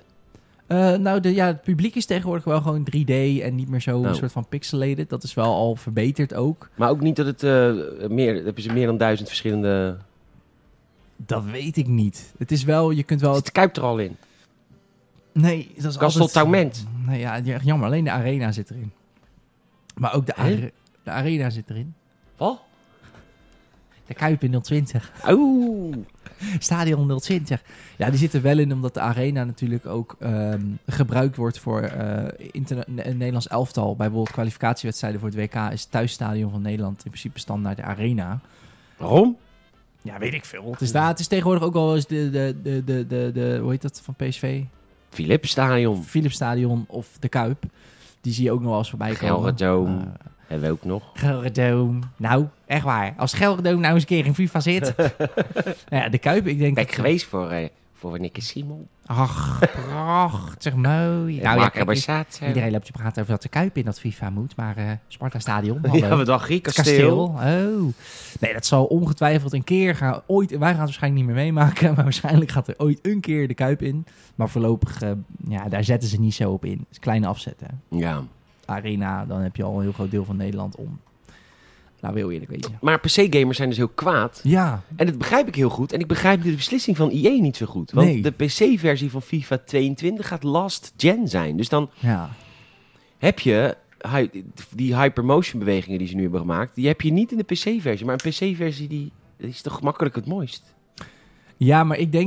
Het publiek is tegenwoordig wel gewoon 3D en niet meer zo een soort van pixelated. Dat is wel al verbeterd ook. Maar ook niet dat het hebben ze meer dan 1000 verschillende... Dat weet ik niet. Het is wel, je kunt wel... Zit de Kuip er al in? Nee, dat is Kasteltaument. Nee, ja, jammer. Alleen de arena zit erin. Maar ook de arena zit erin. Wat? De Kuip in 020. Oeh. Stadion 020. Ja, die zit er wel in, omdat de arena natuurlijk ook gebruikt wordt voor Nederlands elftal. Bij bijvoorbeeld kwalificatiewedstrijden voor het WK is het thuisstadion van Nederland in principe standaard de arena. Waarom? Ja, weet ik veel. Het is tegenwoordig ook wel eens de hoe heet dat van PSV? Philipsstadion of de Kuip. Die zie je ook nog wel eens voorbij komen. Gelredome. Hebben we ook nog. Gelredome. Nou, echt waar. Als Gelredome nou eens een keer in FIFA zit. Ja, de Kuip, ik denk... Ben ik geweest voor Nicky Simon. Ach, prachtig mooi. Iedereen loopt je praten over dat de Kuip in dat FIFA moet. Maar Sparta-stadion. Ja, we dachten Kasteel. Oh. Nee, dat zal ongetwijfeld een keer gaan. Ooit, wij gaan het waarschijnlijk niet meer meemaken. Maar waarschijnlijk gaat er ooit een keer de Kuip in. Maar voorlopig, daar zetten ze niet zo op in. Het is kleine afzetten. Ja. Arena, dan heb je al een heel groot deel van Nederland om. Nou, wil eerlijk weten. Maar PC-gamers zijn dus heel kwaad. Ja. En dat begrijp ik heel goed. En ik begrijp de beslissing van EA niet zo goed. Want de PC-versie van FIFA 22 gaat last gen zijn. Dus dan heb je die hypermotion bewegingen die ze nu hebben gemaakt. Die heb je niet in de PC-versie. Maar een PC-versie die is toch gemakkelijk het mooist. Ja, maar ik denk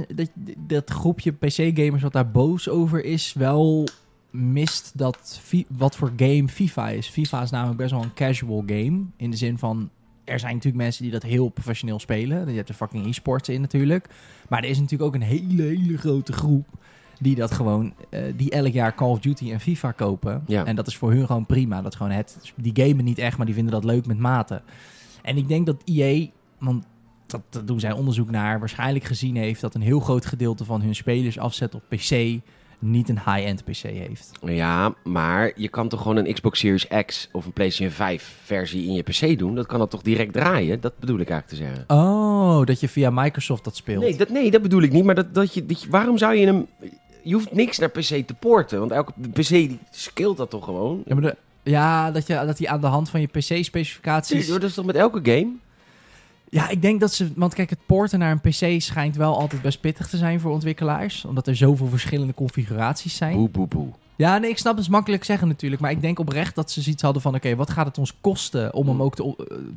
dat groepje PC-gamers wat daar boos over is wel... mist wat voor game FIFA is. FIFA is namelijk best wel een casual game. In de zin van, er zijn natuurlijk mensen die dat heel professioneel spelen. Je hebt de fucking e-sports in natuurlijk. Maar er is natuurlijk ook een hele grote groep die dat gewoon, die elk jaar Call of Duty en FIFA kopen. Ja. En dat is voor hun gewoon prima. Dat is gewoon die gamen niet echt, maar die vinden dat leuk met mate. En ik denk dat EA, want dat doen zij onderzoek naar, waarschijnlijk gezien heeft dat een heel groot gedeelte van hun spelers afzet op PC niet een high-end PC heeft. Ja, maar je kan toch gewoon een Xbox Series X of een PlayStation 5 versie in je PC doen? Dat kan dat toch direct draaien? Dat bedoel ik eigenlijk te zeggen. Oh, dat je via Microsoft dat speelt. Nee, dat bedoel ik niet. Maar dat je, waarom zou je hem... Je hoeft niks naar PC te porten, want elke PC die skillt dat toch gewoon? Ja, maar dat hij aan de hand van je PC-specificaties... Dat is toch met elke game? Ja, ik denk dat ze... Want kijk, het porten naar een PC schijnt wel altijd best pittig te zijn voor ontwikkelaars. Omdat er zoveel verschillende configuraties zijn. Boe. Ja, nee, ik snap het is makkelijk zeggen natuurlijk. Maar ik denk oprecht dat ze zoiets hadden van... Oké, wat gaat het ons kosten om hem ook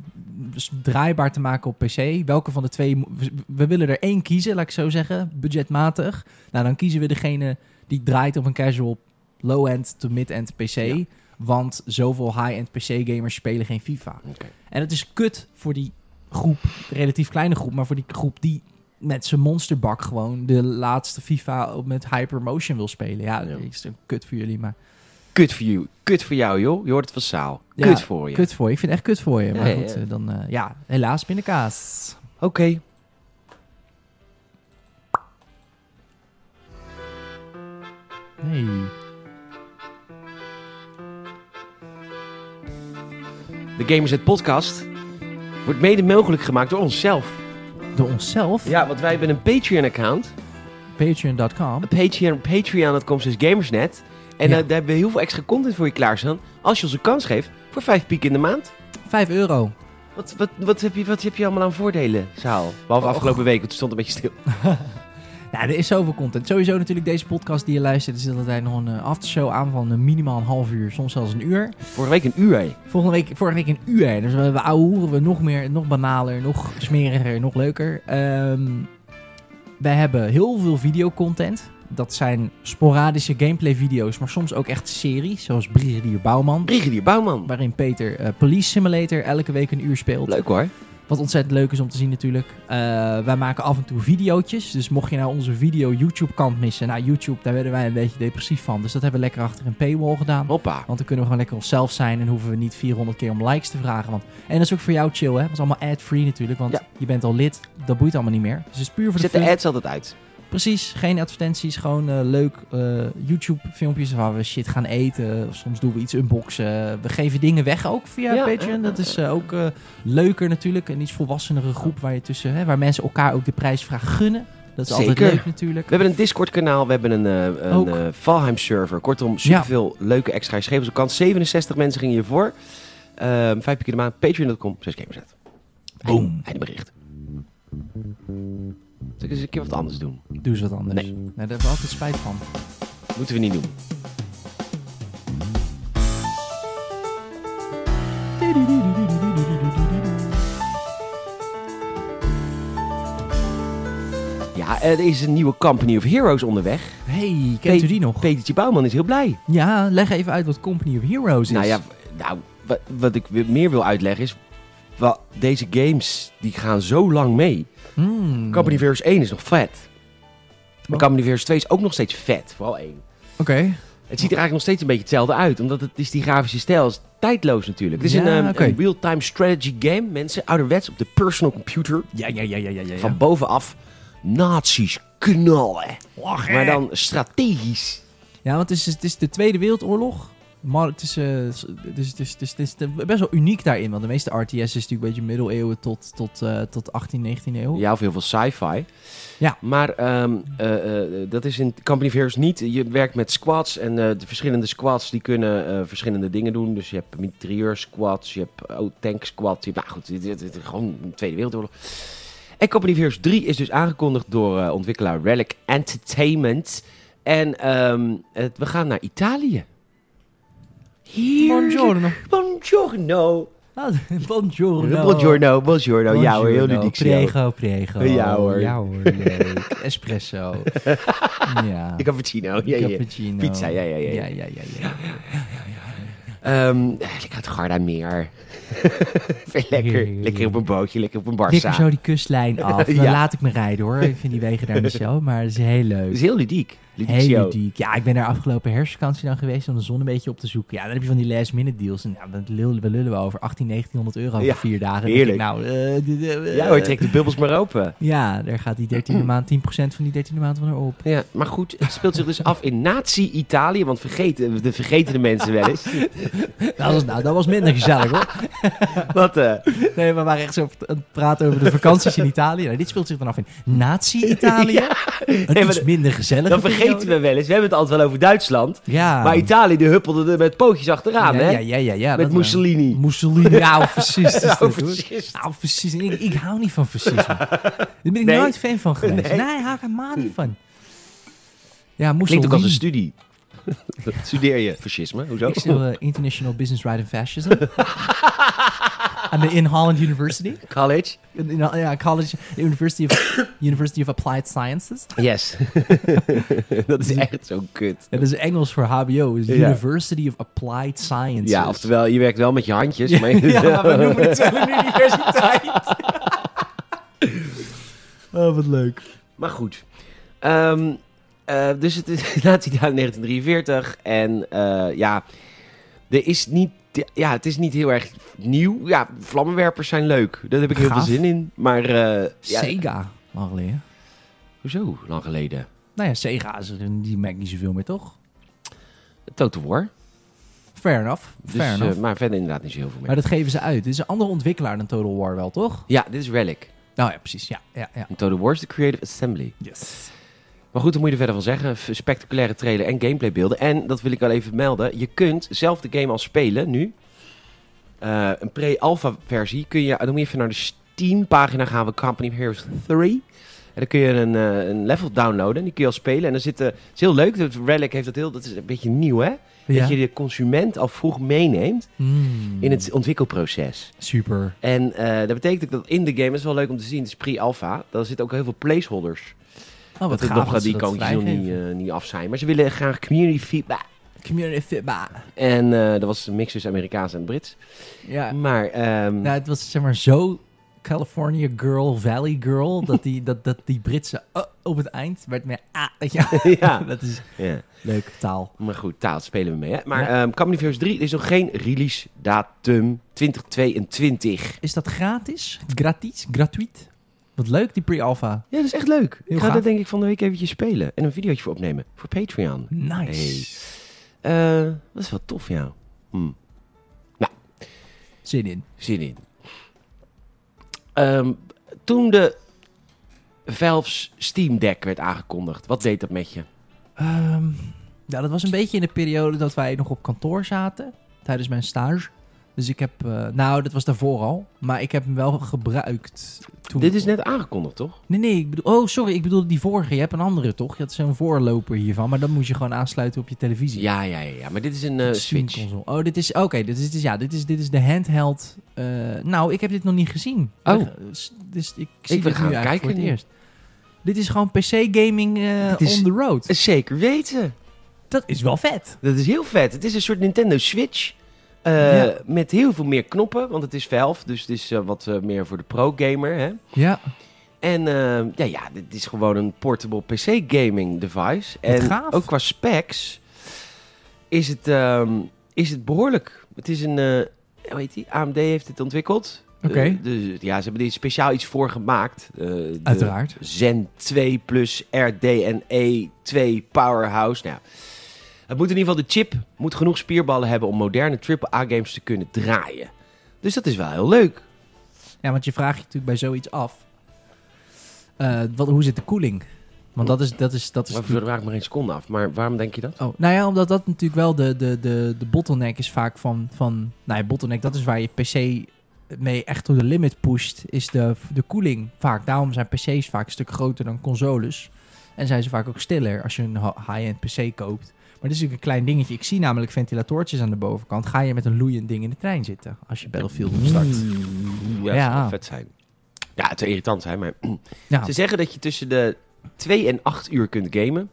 draaibaar te maken op PC? Welke van de twee... We willen er één kiezen, laat ik zo zeggen. Budgetmatig. Nou, dan kiezen we degene die draait op een casual low-end to mid-end PC. Ja. Want zoveel high-end PC-gamers spelen geen FIFA. Okay. En het is kut voor die groep, relatief kleine groep, maar voor die groep die met zijn monsterbak gewoon de laatste FIFA met hypermotion wil spelen. Ja, dat is een kut voor jullie, maar... Kut voor jou, joh. Je hoort het van Saal. Ja, kut voor je. Kut voor je. Ik vind het echt kut voor je. Maar goed, dan... helaas, pindakaas. Oké. Nee. De Gamersnet podcast wordt mede mogelijk gemaakt door onszelf. Door onszelf? Ja, want wij hebben een Patreon-account. Patreon.com. Patreon.Gamersnet. En daar hebben we heel veel extra content voor je klaarstaan. Als je ons een kans geeft voor 5 piek in de maand. €5. Wat heb je allemaal aan voordelen, Saal? Behalve afgelopen week, want het stond een beetje stil. Nou, er is zoveel content. Sowieso natuurlijk deze podcast die je luistert. Er zit altijd nog een aftershow aan van minimaal een half uur, soms zelfs een uur. Vorige week een uur, hè? Vorige week een uur. Dus we ouwehoeren we nog meer, nog banaler, nog smeriger, nog leuker. Wij hebben heel veel videocontent. Dat zijn sporadische gameplay video's, maar soms ook echt series, zoals Brigadier Bouwman. Waarin Peter Police Simulator elke week een uur speelt. Leuk hoor. Wat ontzettend leuk is om te zien natuurlijk. Wij maken af en toe videootjes. Dus mocht je nou onze video YouTube kant missen. Nou, YouTube, daar werden wij een beetje depressief van. Dus dat hebben we lekker achter een paywall gedaan. Hoppa. Want dan kunnen we gewoon lekker onszelf zijn. En hoeven we niet 400 keer om likes te vragen. En dat is ook voor jou chill, hè. Dat is allemaal ad-free natuurlijk. Want je bent al lid. Dat boeit allemaal niet meer. Dus het is puur voor de fun. Zet de ads altijd uit. Precies, geen advertenties, gewoon leuk YouTube-filmpjes waar we shit gaan eten. Soms doen we iets unboxen. We geven dingen weg ook via Patreon. Dat is ook leuker natuurlijk. Een iets volwassenere groep waar mensen elkaar ook de prijsvraag gunnen. Dat is altijd leuk natuurlijk. We hebben een Discord-kanaal, we hebben een Valheim-server. Kortom, superveel leuke extra's. Geef ons een kans. 67 mensen gingen hiervoor. 5 piek in de maand. Patreon.com/Gamersnet. Boom. Einde bericht. Zal ik eens een keer wat anders doen? Doe eens wat anders. Nee, daar hebben we altijd spijt van. Moeten we niet doen. Ja, er is een nieuwe Company of Heroes onderweg. Hey, kent u die nog? Petertje Bouwman is heel blij. Ja, leg even uit wat Company of Heroes is. Wat ik meer wil uitleggen is... Deze games die gaan zo lang mee. Company of Heroes 1 is nog vet. Maar Company of Heroes 2 is ook nog steeds vet. Vooral 1. Oké. Het ziet er eigenlijk nog steeds een beetje hetzelfde uit. Omdat het is die grafische stijl is tijdloos natuurlijk. Het is een real-time strategy game. Mensen, ouderwets op de personal computer. Ja. Van bovenaf nazi's knallen. Maar dan strategisch. Ja, want het is de Tweede Wereldoorlog. Maar het is best wel uniek daarin. Want de meeste RTS is natuurlijk een beetje middeleeuwen tot 18, 19e eeuw. Ja, of heel veel sci-fi. Ja. Maar dat is in Company of Heroes niet. Je werkt met squads. En de verschillende squads die kunnen verschillende dingen doen. Dus je hebt mitrailleur squads. Je hebt tank squads. Nou goed, dit is gewoon een Tweede Wereldoorlog. En Company of Heroes 3 is dus aangekondigd door ontwikkelaar Relic Entertainment. En we gaan naar Italië. Buongiorno. Buongiorno. Ja hoor, heel ludiek. Prego. Ja hoor. Leuk. Espresso. Ja. Cappuccino. Cappuccino. Pizza, ja. Lekker het Gardameer. Lekker op een bootje, lekker op een Barça. Lekker zo die kustlijn af. Dan laat ik me rijden hoor. Ik vind die wegen daar niet zo, maar het is heel leuk. Het is heel ludiek. Heel ludiek. Ja, ik ben daar afgelopen herfstvakantie dan geweest om de zon een beetje op te zoeken. Ja, dan heb je van die last minute deals. En dan lullen we over 1800, 1900 euro voor 4 dagen. Heerlijk. Ja hoor, trek de bubbels maar open. Ja, daar gaat die 13e maand, 10% van die 13e maand van erop. Ja, maar goed, het speelt zich dus af in Nazi-Italië. Want vergeten de mensen wel eens. Dat was minder gezellig hoor. Wat? Nee, we waren echt zo aan het praten over de vakanties in Italië. Nou, dit speelt zich dan af in Nazi-Italië. Ja. Een iets minder gezellig. Dan vergeten we wel eens. We hebben het altijd wel over Duitsland. Ja. Maar Italië die huppelde er met pootjes achteraan, hè? Ja. Met Mussolini. Ja, fascist. Fascist. Nou, fascist. Ik hou niet van fascisme. Daar ben ik nooit fan van geweest. Nee, hou ik helemaal niet van. Ja, Mussolini. Klinkt ook als een studie. Studeer je fascisme? Hoezo? Ik studeer International Business Right and Fascism. In Holland University. College? College. University of Applied Sciences. Yes. Dat is echt zo kut. Ja, dat is Engels voor HBO. University of Applied Sciences. Ja, oftewel, je werkt wel met je handjes. Maar ja, we noemen het wel een universiteit. Oh, wat leuk. Maar goed. Dus het is Nazi-Italië 1943. En het is niet heel erg nieuw. Ja, vlammenwerpers zijn leuk. Daar heb ik heel veel zin in. Maar Sega, lang geleden. Hoezo, lang geleden? Nou ja, Sega, die merkt niet zoveel meer, toch? Total War. Fair enough. Dus, maar verder inderdaad niet zo heel veel meer. Maar dat geven ze uit. Dit is een andere ontwikkelaar dan Total War wel, toch? Ja, dit is Relic. Nou ja, precies. Ja. En Total War is de Creative Assembly. Yes. Maar goed, dan moet je er verder van zeggen. Spectaculaire trailer en gameplaybeelden. En, dat wil ik wel even melden, je kunt zelf de game al spelen nu. Een pre-alpha versie kun je, dan moet je even naar de Steam-pagina gaan van Company of Heroes 3. En dan kun je een level downloaden en die kun je al spelen. En dan het is heel leuk, Relic heeft dat is een beetje nieuw, hè? Ja. Dat je de consument al vroeg meeneemt in het ontwikkelproces. Super. En dat betekent ook dat in de game, dat is wel leuk om te zien, het is pre-alpha, daar zitten ook heel veel placeholders. Oh, wat dat gaaf nog dat ze die dat kantjes nog vrijgeven. niet af zijn. Maar ze willen graag community feedback. Community feedback. En dat was een mix tussen Amerikaans en Brits. Ja. Maar Nou, het was zeg maar zo California girl, Valley girl, dat die Britse op het eind werd meer weet je. ja. Dat is Ja. leuk taal. Maar goed, taal spelen we mee. Hè? Maar Ja. Company of Heroes 3 er is nog geen release datum 2022. Is dat gratis? Gratuit? Wat leuk, die pre-alpha. Ja, dat is echt leuk. Heel Ik ga gaaf. dat denk ik van de week eventjes spelen. En een videootje voor opnemen. Voor Patreon. Nice. Dat is wel tof, ja. Zin in. Zin in. Toen de Valve's Steam Deck werd aangekondigd, wat deed dat met je? Ja, dat was een beetje in de periode dat wij nog op kantoor zaten. Tijdens mijn stage. Dus ik heb... dat was daarvoor al. Maar ik heb hem wel gebruikt toen. Dit is net aangekondigd, toch? Nee, ik bedoel... Oh, sorry, ik bedoel die vorige. Je hebt een andere, toch? Je had zo'n voorloper hiervan. Maar dan moest je gewoon aansluiten op je televisie. Ja. Maar dit is een Switch. Console. Oh, dit is... Oké, dit is de handheld... ik heb dit nog niet gezien. Oh. Dus ik zie wil dit gaan nu eigenlijk kijken voor het nu. eerst. Dit is gewoon PC-gaming Dit is- on the road. Zeker weten. Dat is wel vet. Dat is heel vet. Het is een soort Nintendo Switch. Ja. Met heel veel meer knoppen, want het is Valve. Dus het is wat meer voor de pro-gamer. Hè? Ja. En dit is gewoon een portable PC-gaming device. En gaaf. ook qua specs is het behoorlijk. Het is een... hoe heet die? AMD heeft het ontwikkeld. Oké. Ze hebben er speciaal iets voor gemaakt. De Uiteraard. Zen 2 plus RDNA 2 Powerhouse. Nou, het moet in ieder geval, de chip moet genoeg spierballen hebben om moderne AAA-games te kunnen draaien. Dus dat is wel heel leuk. Ja, want je vraagt je natuurlijk bij zoiets af. Hoe zit de koeling? Want dat is Maar natuurlijk... we raken maar 1 seconde af. Maar waarom denk je dat? Oh, nou ja, omdat dat natuurlijk wel de bottleneck is vaak van bottleneck, dat is waar je PC mee echt tot de limit pusht, is de koeling vaak. Daarom zijn PC's vaak een stuk groter dan consoles. En zijn ze vaak ook stiller als je een high-end PC koopt. Maar dit is natuurlijk een klein dingetje. Ik zie namelijk ventilatortjes aan de bovenkant. Ga je met een loeiend ding in de trein zitten als je Battlefield opstart. Ja, dat zou wel vet zijn. Ja, het zou irritant zijn, maar... Ja, Ze zeggen dat je tussen de 2 en 8 uur kunt gamen.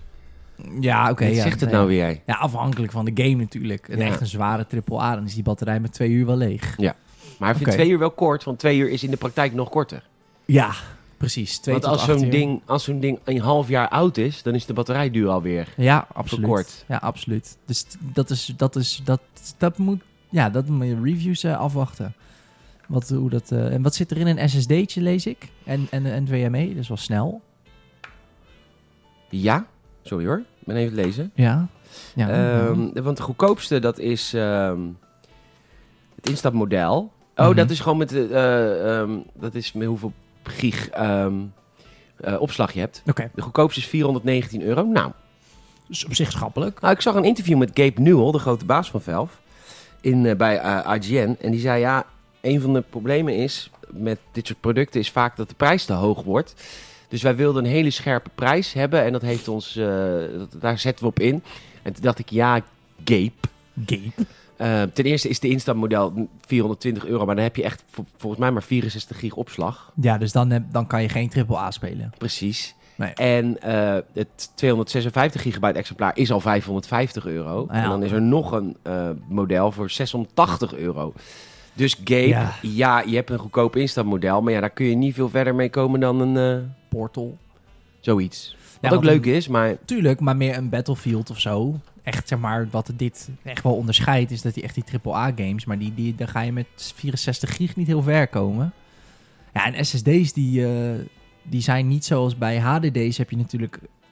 ja oké. Wat zegt het nou weer? Ja, afhankelijk van de game natuurlijk. En Ja. echt een zware AAA, dan is die batterij met 2 uur wel leeg. Maar ik vind Oké. 2 uur wel kort, want 2 uur is in de praktijk nog korter. Ja, precies. 2 Want tot 8 uur. als zo'n ding een half jaar oud is, dan is de batterijduur alweer Ja, absoluut. verkort. Ja, absoluut. Dus dat moet je reviews afwachten. En wat zit er in een SSD'tje, lees ik? En een NVMe, dat is wel snel. Ja, sorry hoor, ik ben even het lezen. Ja. Want de goedkoopste, dat is het instapmodel. Oh, Mhm. dat is gewoon dat is met hoeveel gig opslag je hebt. Oké, De goedkoopste is €419. Nou, dus op zich schappelijk. ik zag een interview met Gabe Newell, de grote baas van Valve, bij IGN. En die zei, ja, een van de problemen is met dit soort producten is vaak dat de prijs te hoog wordt. Dus wij wilden een hele scherpe prijs hebben en dat heeft ons, daar zetten we op in. En toen dacht ik, ja, Gabe. Ten eerste is de instapmodel €420, maar dan heb je echt volgens mij maar 64 gig opslag. Ja, dus dan kan je geen AAA spelen. Precies. Nee. En het 256 gigabyte exemplaar is al €550. Ja. En dan is er nog een model voor €680. Dus Gabe, ja, je hebt een goedkoop instapmodel, maar ja, daar kun je niet veel verder mee komen dan een Portal. zoiets. Wat Ja, ook want leuk is, maar... Tuurlijk, maar meer een Battlefield of zo. Echt, zeg maar, wat dit echt wel onderscheidt, is dat die echt die AAA-games, maar daar ga je met 64 gig niet heel ver komen. Ja, en SSD's die zijn niet zoals bij HDD's heb je natuurlijk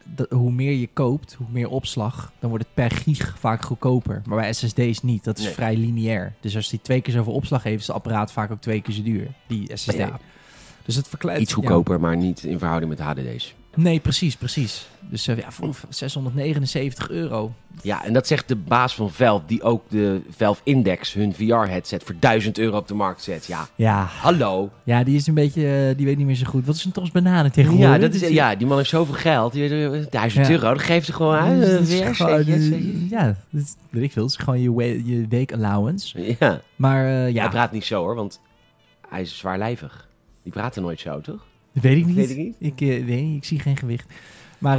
hoe meer je koopt, hoe meer opslag, dan wordt het per gig vaak goedkoper. Maar bij SSD's niet. Dat is vrij lineair. Dus als die 2 keer zoveel opslag heeft, is het apparaat vaak ook 2 keer zo duur. Die SSD. Ja. Dus het verkleint... Iets goedkoper, maar niet in verhouding met HDD's. Nee, precies. Dus voor €679. Ja, en dat zegt de baas van Valve, die ook de Valve Index, hun VR-headset, voor €1.000 op de markt zet. Ja. Hallo. Ja, die is een beetje, die weet niet meer zo goed. Wat is een tros bananen tegenwoordig? Die man heeft zoveel geld. €1.000, dat geeft ze gewoon uit. Ja, dat weet ik veel. Dat is gewoon je week allowance. Ja. Maar Hij praat niet zo hoor, want hij is zwaarlijvig. Die praten nooit zo, toch? Dat weet ik niet. Ik zie geen gewicht. Maar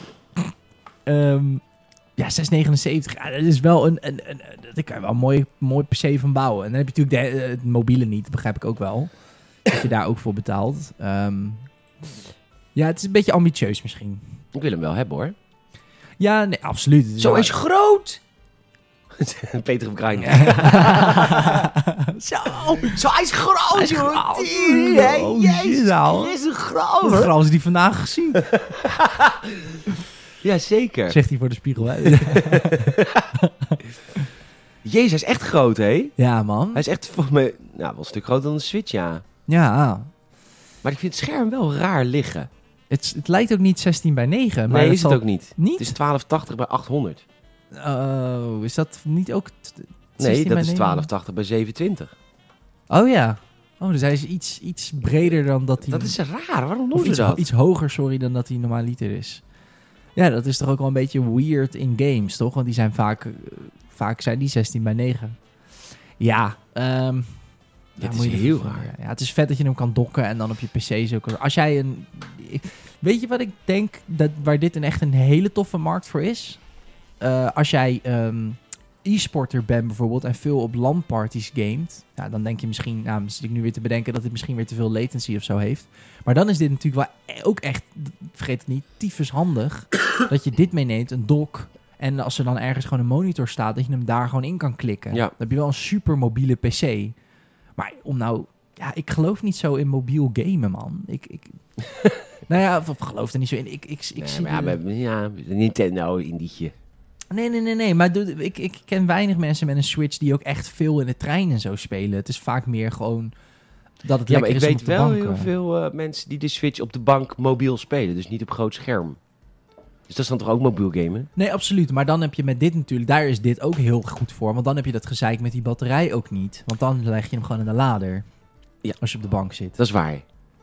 €679, dat is wel daar kan je wel een mooi PC van bouwen. En dan heb je natuurlijk het mobiele niet, dat begrijp ik ook wel. Dat je daar ook voor betaalt. Het is een beetje ambitieus misschien. Ik wil hem wel hebben hoor. Ja, nee, absoluut. Zo is groot! Peter op Krijn. Zo, hij is groot, joh. Jezus, hij is een groot. Wat groot is die vandaag gezien? Ja, zeker. Zegt hij voor de spiegel, hè? Jezus, hij is echt groot, hè? Ja, man. Hij is echt volgens mij wel een stuk groter dan de Switch, ja. Ja. Maar ik vind het scherm wel raar liggen. Het lijkt ook niet 16:9. Maar nee, is het ook niet. Niet? Het is 1280x800. Is dat niet ook... Nee, dat is 1280x720. Oh ja. Oh, dus hij is iets breder dan dat hij... Dat is raar, waarom doen ze dat? Iets hoger, dan dat hij normaaliter is. Ja, dat is toch ook wel een beetje weird in games, toch? Want die zijn vaak zijn die 16:9. Ja, dit is heel raar. Ja, het is vet dat je hem kan docken en dan op je PC zo. Als jij weet je wat ik denk waar dit echt een hele toffe markt voor is? Als jij e-sporter bent bijvoorbeeld en veel op LAN-parties gamet, dan denk je misschien, zit ik nu weer te bedenken dat dit misschien weer te veel latency of zo heeft. Maar dan is dit natuurlijk wel ook echt, vergeet het niet, tyfus handig dat je dit meeneemt, een dock. En als er dan ergens gewoon een monitor staat, dat je hem daar gewoon in kan klikken. Ja. Dan heb je wel een super mobiele PC. Maar ik geloof niet zo in mobiel gamen, man. Of geloof er niet zo in. Ik zie Nintendo indietje. Nee. Maar ik ken weinig mensen met een Switch die ook echt veel in de trein en zo spelen. Het is vaak meer gewoon dat het lekker is om op de bank. Ja, maar ik weet wel heel veel mensen die de Switch op de bank mobiel spelen. Dus niet op groot scherm. Dus dat is dan toch ook mobiel gamen? Nee, absoluut. Maar dan heb je met dit natuurlijk... Daar is dit ook heel goed voor. Want dan heb je dat gezeik met die batterij ook niet. Want dan leg je hem gewoon in de lader. Ja. Als je op de bank zit. Dat is waar.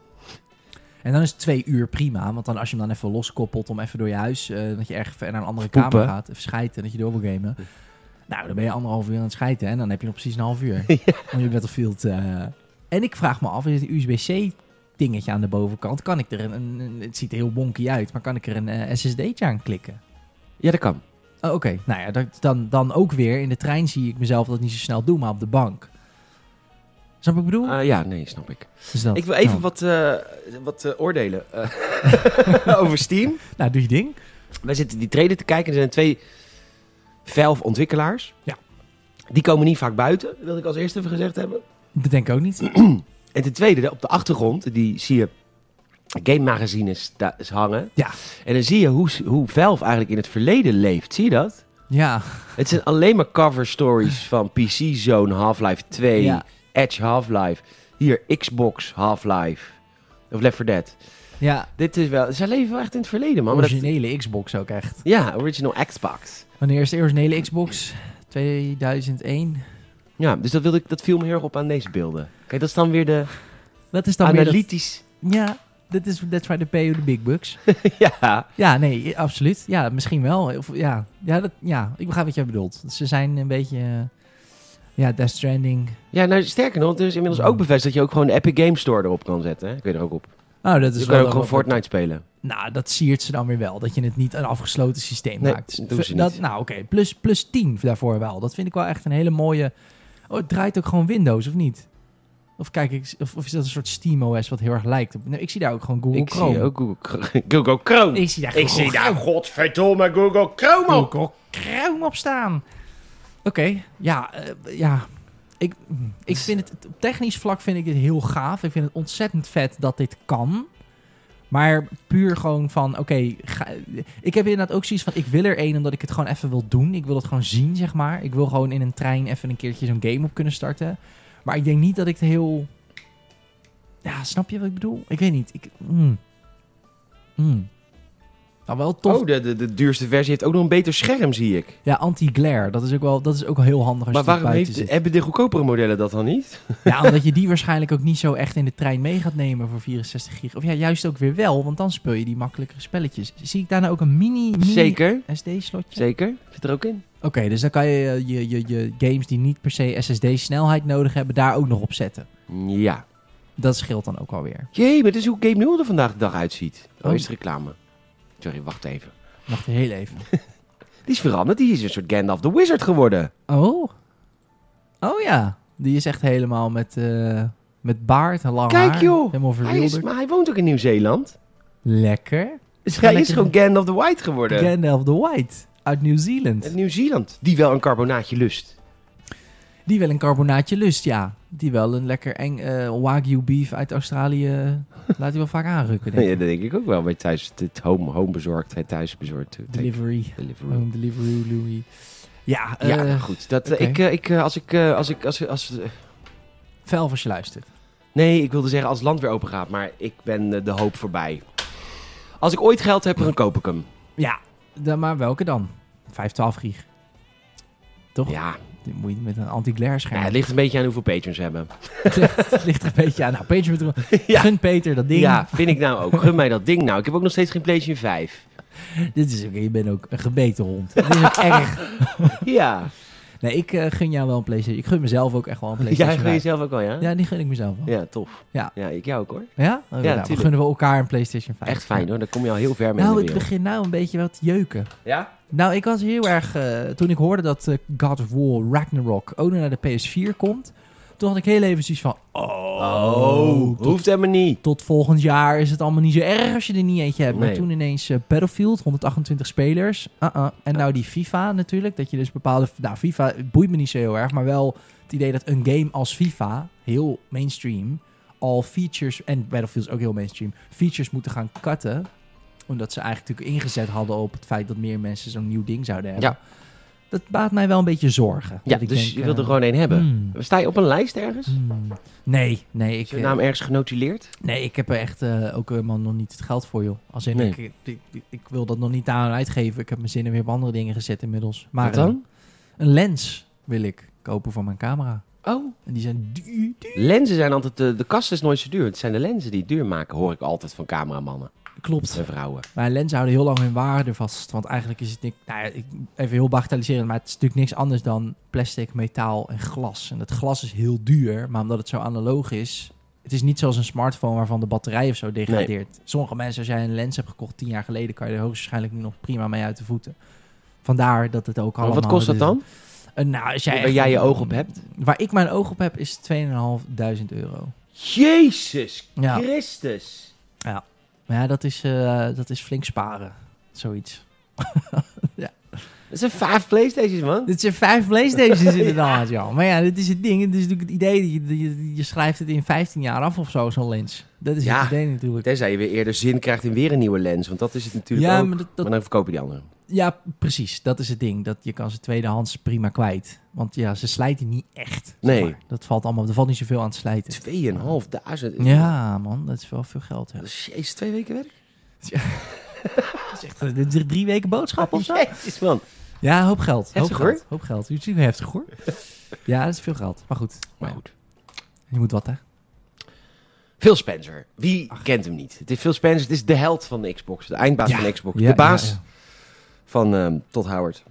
En dan is het 2 uur prima. Want dan als je hem dan even loskoppelt om even door je huis... dat je ergens naar een andere kamer gaat. Even schijten en dat je door wil gamen. Nou, dan ben je 1,5 uur aan het schijten. En dan heb je nog precies een half uur. Ja. Om je Battlefield... En ik vraag me af, is het een USB-C dingetje aan de bovenkant? Kan ik er het ziet er heel wonky uit, maar kan ik er een SSD'tje aan klikken? Ja, dat kan. Oh, oké. Nou ja, dan ook weer. In de trein zie ik mezelf dat niet zo snel doen, maar op de bank. Snap wat ik bedoel? Ja, nee, snap ik. Dus dat, ik wil even wat oordelen over Steam. Nou, doe je ding. Wij zitten die trailer te kijken. Er zijn 2 Valve-ontwikkelaars. Ja. Die komen niet vaak buiten, wil ik als eerste even gezegd hebben. Dat denk ik ook niet. En ten tweede, op de achtergrond, die zie je game magazines hangen. Ja. En dan zie je hoe Valve eigenlijk in het verleden leeft. Zie je dat? Ja. Het zijn alleen maar cover stories van PC Zone, Half-Life 2, ja. Edge Half-Life. Hier, Xbox Half-Life. Of Left 4 Dead. Ja. Zij leven wel echt in het verleden, man. Originele Xbox ook echt. Ja, original Xbox. Wanneer is de originele Xbox? 2001. Ja, dus dat viel me heel erg op aan deze beelden. Kijk, dat is dan weer de... Dat is dan analytisch... Ja, that's why they pay you the big bucks. Ja. Ja, nee, absoluut. Ja, misschien wel. Of, ik begrijp wat jij bedoelt. Ze zijn een beetje... Death Stranding. Ja, nou sterker nog, er is inmiddels ook bevestigd dat je ook gewoon de Epic Games Store erop kan zetten. Hè? Ik weet er ook op. Oh, dat is je kan ook gewoon Fortnite spelen. Nou, dat siert ze dan weer wel. Dat je het niet een afgesloten systeem maakt. Dat doen ze niet. Nou, oké. Plus 10 daarvoor wel. Dat vind ik wel echt een hele mooie... Oh, het draait ook gewoon Windows, of niet? Of kijk ik, of is dat een soort SteamOS wat heel erg lijkt op... Nee, ik zie daar ook gewoon Google Chrome. Ik zie ook Google Chrome. Ik zie daar godverdomme Google Chrome op. Google Chrome op staan. Oké, Ik vind het... Op technisch vlak vind ik dit heel gaaf. Ik vind het ontzettend vet dat dit kan. Maar puur gewoon van, ik heb inderdaad ook zoiets van, ik wil er één omdat ik het gewoon even wil doen. Ik wil het gewoon zien, zeg maar. Ik wil gewoon in een trein even een keertje zo'n game op kunnen starten. Maar ik denk niet dat ik het heel... Ja, snap je wat ik bedoel? Ik weet niet. Nou, wel tof. Oh, de duurste versie heeft ook nog een beter scherm, zie ik. Ja, anti-glare. Dat is ook wel heel handig als Maar je waarom buiten zit. hebben de goedkopere modellen dat dan niet? Ja, omdat je die waarschijnlijk ook niet zo echt in de trein mee gaat nemen voor 64 gig. Of ja, juist ook weer wel, want dan speel je die makkelijkere spelletjes. Zie ik daar nou ook een mini Zeker. SD-slotje? Zeker. Zit er ook in. Oké, dus dan kan je je games die niet per se SSD-snelheid nodig hebben, daar ook nog op zetten. Ja. Dat scheelt dan ook alweer. Jee, maar dit is hoe Game 0 er vandaag de dag uitziet. Oh. Is reclame. Sorry, wacht even. Wacht heel even. Die is veranderd. Die is een soort Gandalf the Wizard geworden. Oh ja. Die is echt helemaal met baard en lang Kijk haar. joh. Helemaal verwilderd. Maar hij woont ook in Nieuw-Zeeland. Lekker. Dus hij is gewoon Gandalf the White geworden. Gandalf the White uit Nieuw-Zeeland. Uit Nieuw-Zeeland. Die wel een carbonaatje lust. Die wel een carbonaatje lust, ja. Die wel een lekker Wagyu beef uit Australië laat hij wel vaak aanrukken, denk ik. Ja, dat denk ik ook wel. Bij thuis, het home bezorgd, hij thuis bezorgd. Delivery. Home delivery, Louis. Ja, ja, goed. Dat, Velf als je luistert. Nee, ik wilde zeggen als het land weer open gaat, maar ik ben de hoop voorbij. Als ik ooit geld heb, dan koop ik hem. Ja, maar welke dan? 512 gig. Toch? Ja. Die moet je met een anti-glare scherm. Ja, het ligt een beetje aan hoeveel patrons we hebben. Het ligt er een beetje aan. Nou, Patreon, gun Peter dat ding. Ja, vind ik nou ook. Gun mij dat ding nou. Ik heb ook nog steeds geen PlayStation 5. Je bent ook een gebeten hond. Dit is ook erg. Ja. Nee, ik gun jou wel een PlayStation. Ik gun mezelf ook echt wel een PlayStation. Jij gun jezelf ook wel, ja? Ja, die gun ik mezelf wel. Ja, tof. Ja, ik jou ook hoor. Ja? Oh, ja, we gunnen we elkaar een PlayStation 5. Echt fijn hoor, daar kom je al heel ver mee. Nou, ik begin nou een beetje wat te jeuken. Ja? Nou, ik was heel erg... toen ik hoorde dat God of War Ragnarok ook naar de PS4 komt... Toen had ik heel even zoiets van... hoeft helemaal niet. Tot volgend jaar is het allemaal niet zo erg als je er niet eentje hebt. Nee. Maar toen ineens Battlefield, 128 spelers. En nou die FIFA natuurlijk. Dat je dus bepaalde... Nou, FIFA boeit me niet zo heel erg. Maar wel het idee dat een game als FIFA, heel mainstream... al features, en Battlefield is ook heel mainstream... features moeten gaan cutten. Omdat ze eigenlijk natuurlijk ingezet hadden op het feit... dat meer mensen zo'n nieuw ding zouden hebben. Ja. Dat baat mij wel een beetje zorgen. Ja, dat dus denk, je wilt er gewoon één hebben. Sta je op een lijst ergens? Nee. Is je naam ergens genotuleerd? Nee, ik heb er echt ook helemaal nog niet het geld voor, joh. Als in, Nee. ik wil dat nog niet aan uitgeven. Ik heb mijn zinnen weer op andere dingen gezet inmiddels. Maar wat dan? Een lens wil ik kopen voor mijn camera. Oh. En die zijn duur. Lenzen zijn altijd... De kast is nooit zo duur. Het zijn de lenzen die het duur maken, hoor ik altijd van cameramannen. Klopt. En vrouwen. Maar lenzen houden heel lang hun waarde vast. Want eigenlijk is het niet... Nou ja, even heel bagatelliserend, maar het is natuurlijk niks anders dan plastic, metaal en glas. En dat glas is heel duur, maar omdat het zo analoog is... Het is niet zoals een smartphone waarvan de batterij of zo degradeert. Nee. Sommige mensen, als jij een lens hebt gekocht 10 jaar geleden... kan je er hoogstwaarschijnlijk nu nog prima mee uit de voeten. Vandaar dat het ook allemaal... Maar wat kost dat dan? Nou, als jij waar jij je oog op hebt? Waar ik mijn oog op heb is €2.500. Jezus Christus! Ja. Maar ja, dat is flink sparen. Zoiets. Ja. Dat zijn 5 PlayStations, man. Dit zijn 5 PlayStations inderdaad, ja. Maar ja, dit is het ding. Het is natuurlijk het idee. Je schrijft het in 15 jaar af of zo, zo'n lens. Dat is het idee natuurlijk. Tenzij je weer eerder zin krijgt in weer een nieuwe lens. Want dat is het natuurlijk ook. Maar dan verkopen die anderen. Ja, precies. Dat is het ding. Dat je kan ze tweedehands prima kwijt. Want ja, ze slijten niet echt. Nee. Maar. Dat valt allemaal. Er valt niet zoveel aan te slijten. 2.500. Ja, man. Dat is wel veel geld. Ja. Dat is jezus, 2 weken werk? Ja. Dat is echt 3 weken boodschap of zo? Jezus, man. Ja, hoop geld. Heftig, hoor. Hoop geld. Je ziet heftig, hoor. Ja, dat is veel geld. Maar goed. Je moet wat, hè? Phil Spencer. Wie kent hem niet? Het is Phil Spencer. Het is de held van de Xbox. De eindbaas van de Xbox. De baas van Todd Howard.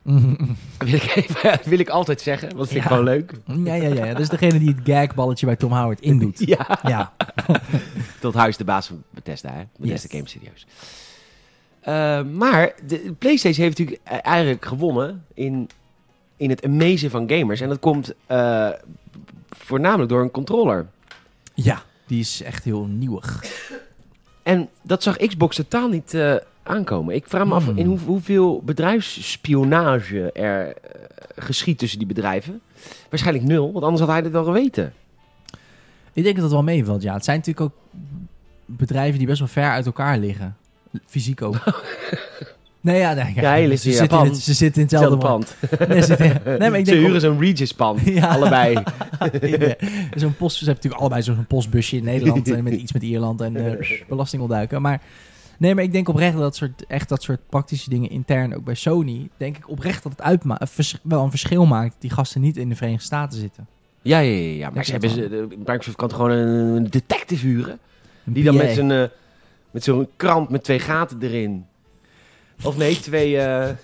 Wil ik altijd zeggen. Want dat vind ik gewoon leuk. Ja. Dat is degene die het gagballetje bij Tom Howard indoet. Ja. Todd Howard is de baas van Bethesda, hè? Bethesda Game Studios. Maar de PlayStation heeft natuurlijk eigenlijk gewonnen in het amazen van gamers. En dat komt voornamelijk door een controller. Ja, die is echt heel nieuwig. En dat zag Xbox totaal niet aankomen. Ik vraag me af in hoeveel bedrijfsspionage er geschiet tussen die bedrijven. Waarschijnlijk 0, want anders had hij dit wel geweten. Ik denk dat het wel meevalt, ja. Het zijn natuurlijk ook bedrijven die best wel ver uit elkaar liggen. Fysiek ook. Nee, ja, hij ze zitten in hetzelfde pand. Nee, maar ik Ze denk huren zo'n Regis pand, Ja. allebei. Zo'n post, ze hebben natuurlijk allebei zo'n postbusje in Nederland en met iets met Ierland en belasting ontduiken. Maar ik denk oprecht dat soort praktische dingen intern ook bij Sony, denk ik oprecht dat het wel een verschil maakt dat die gasten niet in de Verenigde Staten zitten. Ja. Maar Microsoft kan toch gewoon een detective huren? Die dan met zo'n krant met 2 gaten erin. Of nee, 2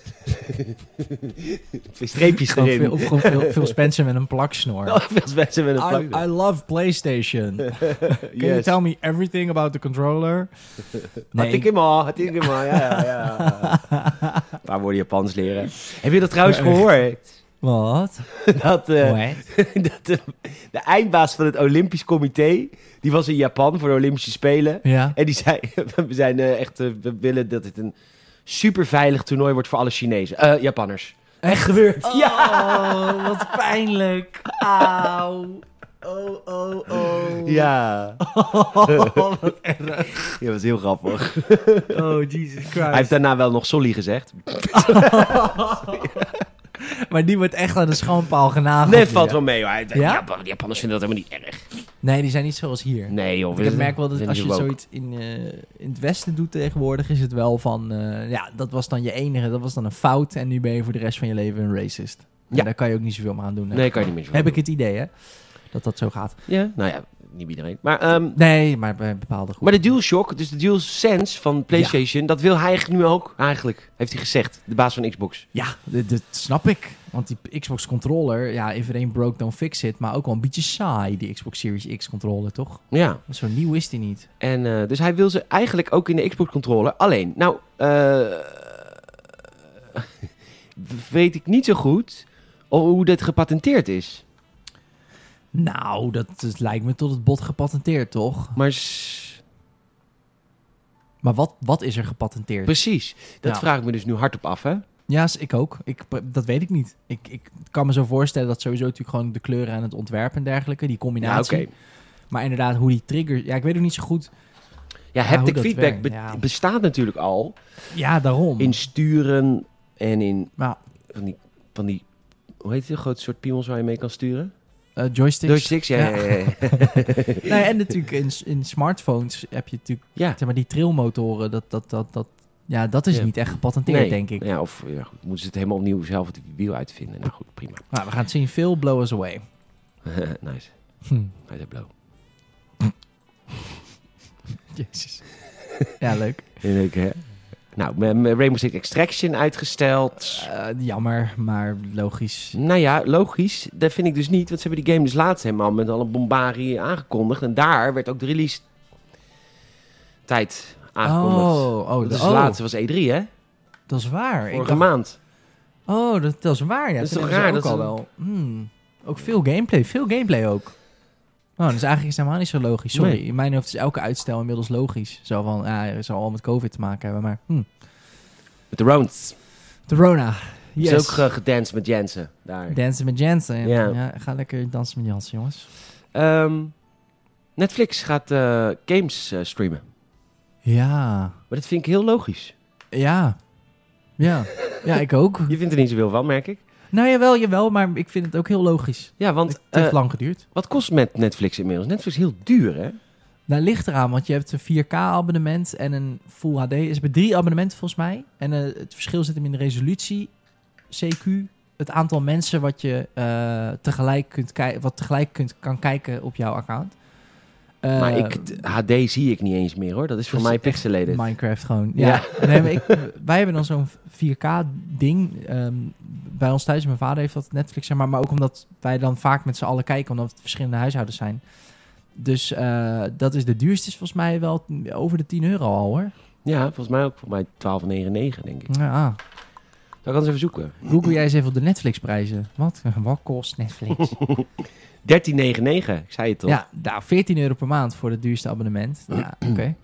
streepjes erin. Of gewoon Phil Spencer met een plaksnor. Phil Spencer met een plaksnor. I love PlayStation. Can you tell me everything about the controller? Had ik hem al. Ja. Een paar woorden Japans leren. Heb je dat trouwens gehoord? Wat? Dat de eindbaas van het Olympisch Comité, die was in Japan voor de Olympische Spelen. Ja. En die zei, we willen dat het een super veilig toernooi wordt voor alle Chinezen. Japanners. Echt gebeurd. Oh, ja. wat pijnlijk. Auw. Oh. Ja. Wat erg. Dat was heel grappig. Oh, Jesus Christ. Hij heeft daarna wel nog sorry gezegd. Maar die wordt echt aan de schandpaal genageld. Nee, valt wel mee hoor. Ja? De Japanners vinden dat helemaal niet erg. Nee, die zijn niet zoals hier. Nee joh. Ik merk wel dat als je zoiets in het Westen doet tegenwoordig, is het wel van, dat was dan je enige, dat was dan een fout en nu ben je voor de rest van je leven een racist. Ja. En daar kan je ook niet zoveel meer aan doen. Hè? Nee, kan je niet meer zoveel Heb ik het idee, hè? Dat zo gaat. Ja, nou ja, niet bij iedereen. Maar, nee, maar bij bepaalde groepen. Maar de DualShock, dus de DualSense van PlayStation, dat wil hij eigenlijk nu ook, heeft hij gezegd, de baas van Xbox. Ja, dat snap ik. Want die Xbox controller, if it ain't broke, don't fix it. Maar ook wel een beetje saai, die Xbox Series X controller, toch? Ja. Zo nieuw is die niet. En dus hij wil ze eigenlijk ook in de Xbox controller. Alleen, weet ik niet zo goed hoe dit gepatenteerd is. Nou, dat lijkt me tot het bot gepatenteerd, toch? Maar wat is er gepatenteerd? Precies. Dat vraag ik me dus nu hardop af, hè? Ja, ik ook. Dat weet ik niet. Ik kan me zo voorstellen dat sowieso natuurlijk gewoon de kleuren en het ontwerp en dergelijke, die combinatie. Ja, okay. Maar inderdaad, hoe die triggers... Ja, ik weet ook niet zo goed... Ja, haptic feedback bestaat natuurlijk al. Ja, daarom. In sturen en in van die hoe heet het, grote soort piemels waar je mee kan sturen? Joysticks, ja. Nee, en natuurlijk in smartphones heb je natuurlijk zeg maar die trilmotoren. Dat is niet echt gepatenteerd, denk ik. Ja, of moeten ze het helemaal opnieuw zelf het wiel uitvinden. Nou goed, prima. Nou, we gaan het zien. Phil, blow us away. Nice. Hij zei blow. Jezus. Ja, leuk. Leuk, hè? Nou, Rainbow Six Extraction uitgesteld. Jammer, maar logisch. Nou ja, logisch. Dat vind ik dus niet. Want ze hebben die game dus laatst helemaal met alle bombarie aangekondigd. En daar werd ook de release tijd aangekondigd. Dus de laatste was E3, hè? Dat is waar. Vorige maand. Oh, dat is waar, ja. Dat is toch raar? Dat ook al wel. Ook veel gameplay ook. Oh, dus eigenlijk is het helemaal niet zo logisch. Sorry, in mijn hoofd is elke uitstel inmiddels logisch. Zo van, het zal al met COVID te maken hebben, maar... Met de Rones. De Rona, yes. Is ook gedanst met Jensen daar. Dansen met Jensen, ja. Ga lekker dansen met Jansen, jongens. Netflix gaat games streamen. Ja. Maar dat vind ik heel logisch. Ja, ik ook. Je vindt er niet zoveel van, merk ik. Nou, jawel, maar ik vind het ook heel logisch. Ja, want... Het heeft lang geduurd. Wat kost met Netflix inmiddels? Netflix is heel duur, hè? Nou, ligt eraan, want je hebt een 4K-abonnement en een Full HD. Er zijn 3 abonnementen volgens mij. En het verschil zit hem in de resolutie, CQ, het aantal mensen wat je tegelijk kan kijken op jouw account. Maar HD zie ik niet eens meer, hoor. Dat is voor mij pixelated. Minecraft gewoon. Ja. Nee, maar wij hebben dan zo'n 4K-ding. Bij ons thuis, mijn vader heeft dat Netflix, zeg maar ook omdat wij dan vaak met z'n allen kijken, omdat het verschillende huishoudens zijn. Dus dat is de duurste, is volgens mij wel over de €10 al, hoor. Ja, volgens mij ook voor mij $12,99, denk ik. Ja. Dan kan eens even zoeken. Google jij eens even op de Netflix-prijzen. Wat kost Netflix? $13,99, ik zei het toch? Ja, nou, €14 per maand voor het duurste abonnement. Ja,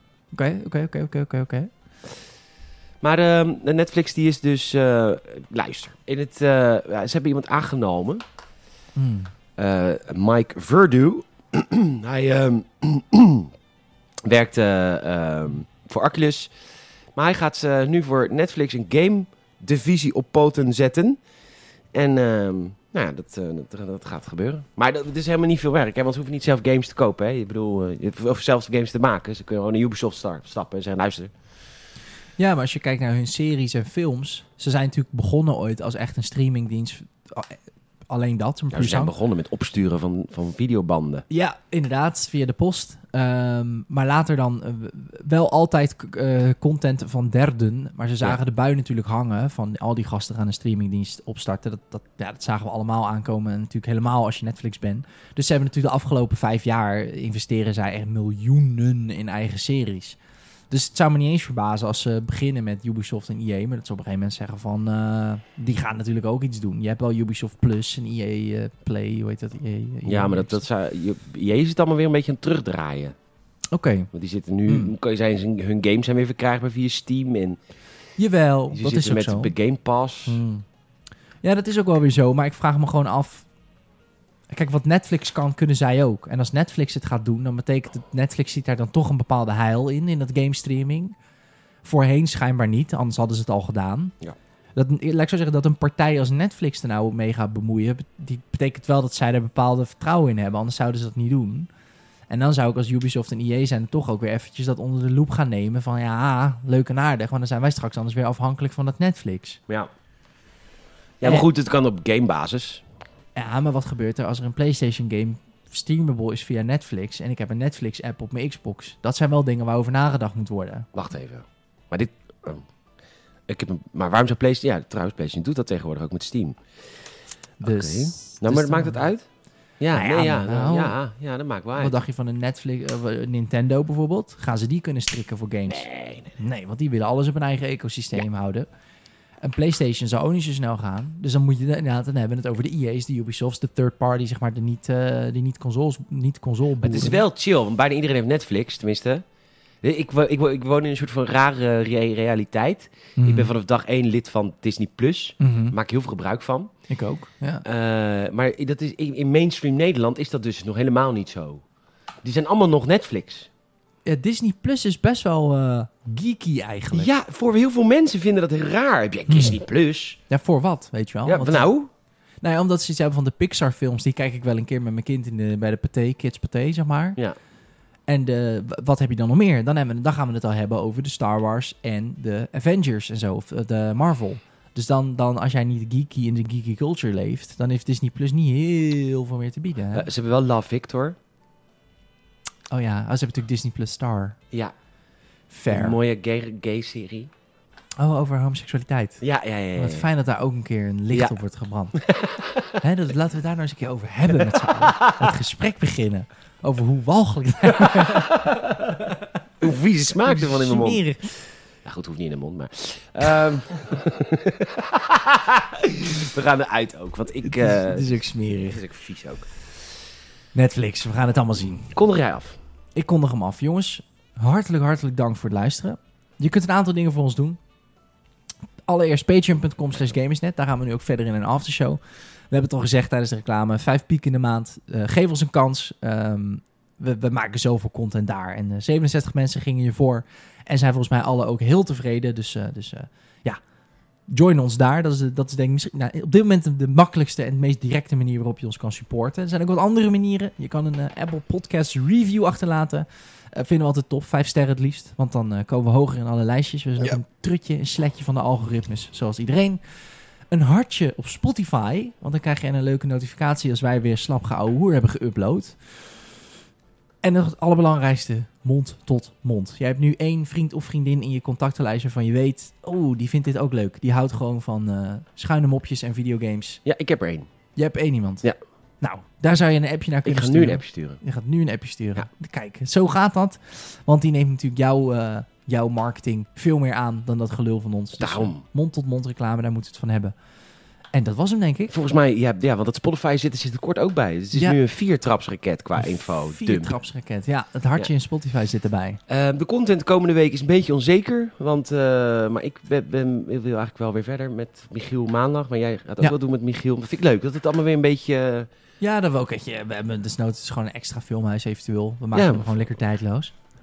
oké. Maar de Netflix die is dus... luister, ze hebben iemand aangenomen. Mike Verdu. Werkte voor Oculus. Maar hij gaat nu voor Netflix een game-divisie op poten zetten. En dat gaat gebeuren. Maar dat is helemaal niet veel werk, hè? Want ze hoeven niet zelf games te kopen. Hè? Ik bedoel, of zelf games te maken. Ze kunnen gewoon naar Ubisoft stappen en zeggen, luister. Ja, maar als je kijkt naar hun series en films... Ze zijn natuurlijk begonnen ooit als echt een streamingdienst. Alleen dat. Ze zijn begonnen met opsturen van videobanden. Ja, inderdaad, via de post. Maar later dan wel altijd content van derden. Maar ze zagen de bui natuurlijk hangen van al die gasten gaan een streamingdienst opstarten. Dat zagen we allemaal aankomen. En natuurlijk helemaal als je Netflix bent. Dus ze hebben natuurlijk de afgelopen 5 jaar investeren zij echt miljoenen in eigen series. Dus het zou me niet eens verbazen als ze beginnen met Ubisoft en EA. Maar dat ze op een gegeven moment zeggen van... die gaan natuurlijk ook iets doen. Je hebt wel Ubisoft Plus en EA Play, hoe heet dat? EA maar EA is het allemaal weer een beetje aan het terugdraaien. Oké. Want die zitten nu... Hun games zijn weer verkrijgbaar via Steam. En Jawel, dat is ook met zo. De Game Pass. Ja, dat is ook wel weer zo. Maar ik vraag me gewoon af... Kijk, wat Netflix kan, kunnen zij ook. En als Netflix het gaat doen, dan betekent het... Netflix ziet daar dan toch een bepaalde heil in dat game streaming. Voorheen schijnbaar niet, anders hadden ze het al gedaan. Ja. Laat ik zo zeggen dat een partij als Netflix er nou mee gaat bemoeien... die betekent wel dat zij er bepaalde vertrouwen in hebben. Anders zouden ze dat niet doen. En dan zou ik als Ubisoft en EA zijn toch ook weer eventjes dat onder de loep gaan nemen. Van ja, leuk en aardig. Want dan zijn wij straks anders weer afhankelijk van dat Netflix. Ja, maar goed, het kan op gamebasis... Ja, maar wat gebeurt er als er een PlayStation game streamable is via Netflix en ik heb een Netflix app op mijn Xbox? Dat zijn wel dingen waarover nagedacht moet worden. Wacht even. Maar dit... maar waarom zou PlayStation... Ja, trouwens, PlayStation doet dat tegenwoordig ook met Steam. Dus, Nou, maar maakt het uit? Ja, dat maakt wel uit. Wat dacht je van een Netflix, Nintendo bijvoorbeeld? Gaan ze die kunnen strikken voor games? Nee, want die willen alles op een eigen ecosysteem houden. Een PlayStation zou ook niet zo snel gaan. Dus dan moet je inderdaad, dan hebben we het over de EA's, de Ubisofts, de third party, zeg maar, die niet console. Het is wel chill, want bijna iedereen heeft Netflix, tenminste. Ik woon in een soort van rare realiteit. Ik ben vanaf dag 1 lid van Disney Plus. Maak ik heel veel gebruik van. Ik ook, ja. Maar dat is, in mainstream Nederland is dat dus nog helemaal niet zo. Die zijn allemaal nog Netflix. Ja, Disney Plus is best wel geeky eigenlijk. Ja, voor heel veel mensen vinden dat raar. Heb jij Disney Plus? Ja, voor wat, weet je wel? Ja, want, nou? Nou ja, omdat ze iets hebben van de Pixar films. Die kijk ik wel een keer met mijn kind bij de Pathé, Kids Pathé, zeg maar. Ja. En wat heb je dan nog meer? Dan gaan we het al hebben over de Star Wars en de Avengers en zo. Of de Marvel. Dus dan als jij niet geeky in de geeky culture leeft, dan heeft Disney Plus niet heel veel meer te bieden. Hè? Ze hebben wel Love Victor. Oh ja, ze hebben natuurlijk Disney Plus Star. Ja. Fair. Een mooie gay-serie. Oh, over homoseksualiteit. Ja. Wat fijn dat daar ook een keer een licht op wordt gebrand. Hè, laten we het daar nou eens een keer over hebben met z'n allen. Het gesprek beginnen over hoe walgelijk... Hoe vieze smaak ervan in mijn mond. Smerig. Ja goed, hoeft niet in de mond, maar... we gaan eruit ook, want ik... Het is ook smerig. Het is ook vies ook. Netflix, we gaan het allemaal zien. Kondig jij af? Ik kondig hem af. Jongens, hartelijk dank voor het luisteren. Je kunt een aantal dingen voor ons doen. Allereerst patreon.com/gamersnet. Daar gaan we nu ook verder in een aftershow. We hebben het al gezegd tijdens de reclame. 5 piek in de maand. Geef ons een kans. We maken zoveel content daar. En 67 mensen gingen hiervoor. En zijn volgens mij alle ook heel tevreden. Dus join ons daar. Dat is denk ik misschien op dit moment de makkelijkste en meest directe manier waarop je ons kan supporten. Er zijn ook wat andere manieren. Je kan een Apple Podcast review achterlaten. Vinden we altijd top. 5 sterren het liefst. Want dan komen we hoger in alle lijstjes. We zijn ook een trutje, een sletje van de algoritmes. Zoals iedereen. Een hartje op Spotify. Want dan krijg je een leuke notificatie als wij weer slap geouwehoer hebben geüpload. En het allerbelangrijkste, mond tot mond. Jij hebt nu 1 vriend of vriendin in je contactenlijst waarvan je weet... Oh, die vindt dit ook leuk. Die houdt gewoon van schuine mopjes en videogames. Ja, ik heb er 1. Je hebt 1 iemand? Ja. Nou, daar zou je een appje naar kunnen sturen. sturen. Je gaat nu een appje sturen. Ja. Kijk, zo gaat dat. Want die neemt natuurlijk jouw marketing veel meer aan dan dat gelul van ons. Daarom. Dus, mond tot mond reclame, daar moeten we het van hebben. En dat was hem, denk ik. Volgens mij, want dat Spotify zit er kort ook bij. Dus het is nu een 4-trapsraket qua info. 4-trapsraket, ja. Het hartje in Spotify zit erbij. De content de komende week is een beetje onzeker. Maar ik wil eigenlijk wel weer verder met Michiel maandag. Maar jij gaat ook wel doen met Michiel. Dat vind ik leuk, dat het allemaal weer een beetje... Ja, dat we ook. We hebben desnoods gewoon een extra filmhuis eventueel. We maken hem gewoon lekker tijdloos.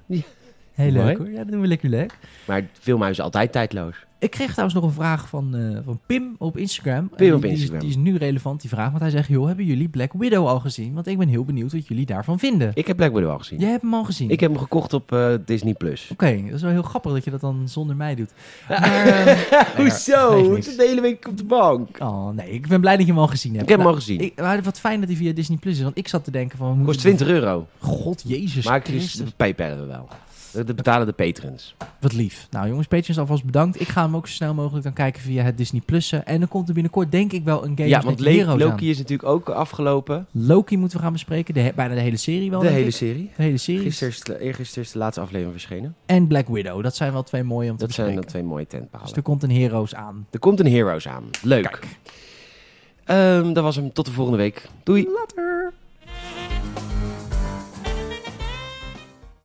Ja. Heel Mooi. leuk hoor. Ja, dat doen we lekker leuk. Maar filmhuis is altijd tijdloos. Ik kreeg trouwens nog een vraag van Pim op Instagram. Pim op Die Instagram. is nu relevant, die vraag. Want hij zegt, joh, hebben jullie Black Widow al gezien? Want ik ben heel benieuwd wat jullie daarvan vinden. Ik heb Black Widow al gezien. Jij hebt hem al gezien? Ik heb hem gekocht op Disney+. Oké, dat is wel heel grappig dat je dat dan zonder mij doet. Maar, Hoezo? geeft Ik niks. zit de hele week op de bank. Oh nee, ik ben blij dat je hem al gezien hebt. Ik heb hem al gezien. Maar wat fijn dat hij via Disney Plus is. Want ik zat te denken van... we Kost moeten- €20. God, Jezus Maar Christus. dat paypalen we wel. Dat betalen de patrons. Wat lief. Nou jongens, patrons alvast bedankt. Ik ga hem ook zo snel mogelijk dan kijken via het Disney Plussen. En dan komt er binnenkort denk ik wel een Games Ja, want Next Heroes aan. Loki is natuurlijk ook afgelopen. Loki moeten we gaan bespreken. Bijna de hele serie wel, De denk hele ik. serie. De hele serie. Eergisteren is de laatste aflevering verschenen. En Black Widow. Dat zijn wel twee mooie om te Dat zijn bespreken. dan 2 mooie tentpalen. Dus er komt een Heroes aan. Er komt een Heroes aan. Leuk. Kijk. Dat was hem. Tot de volgende week. Doei. Later.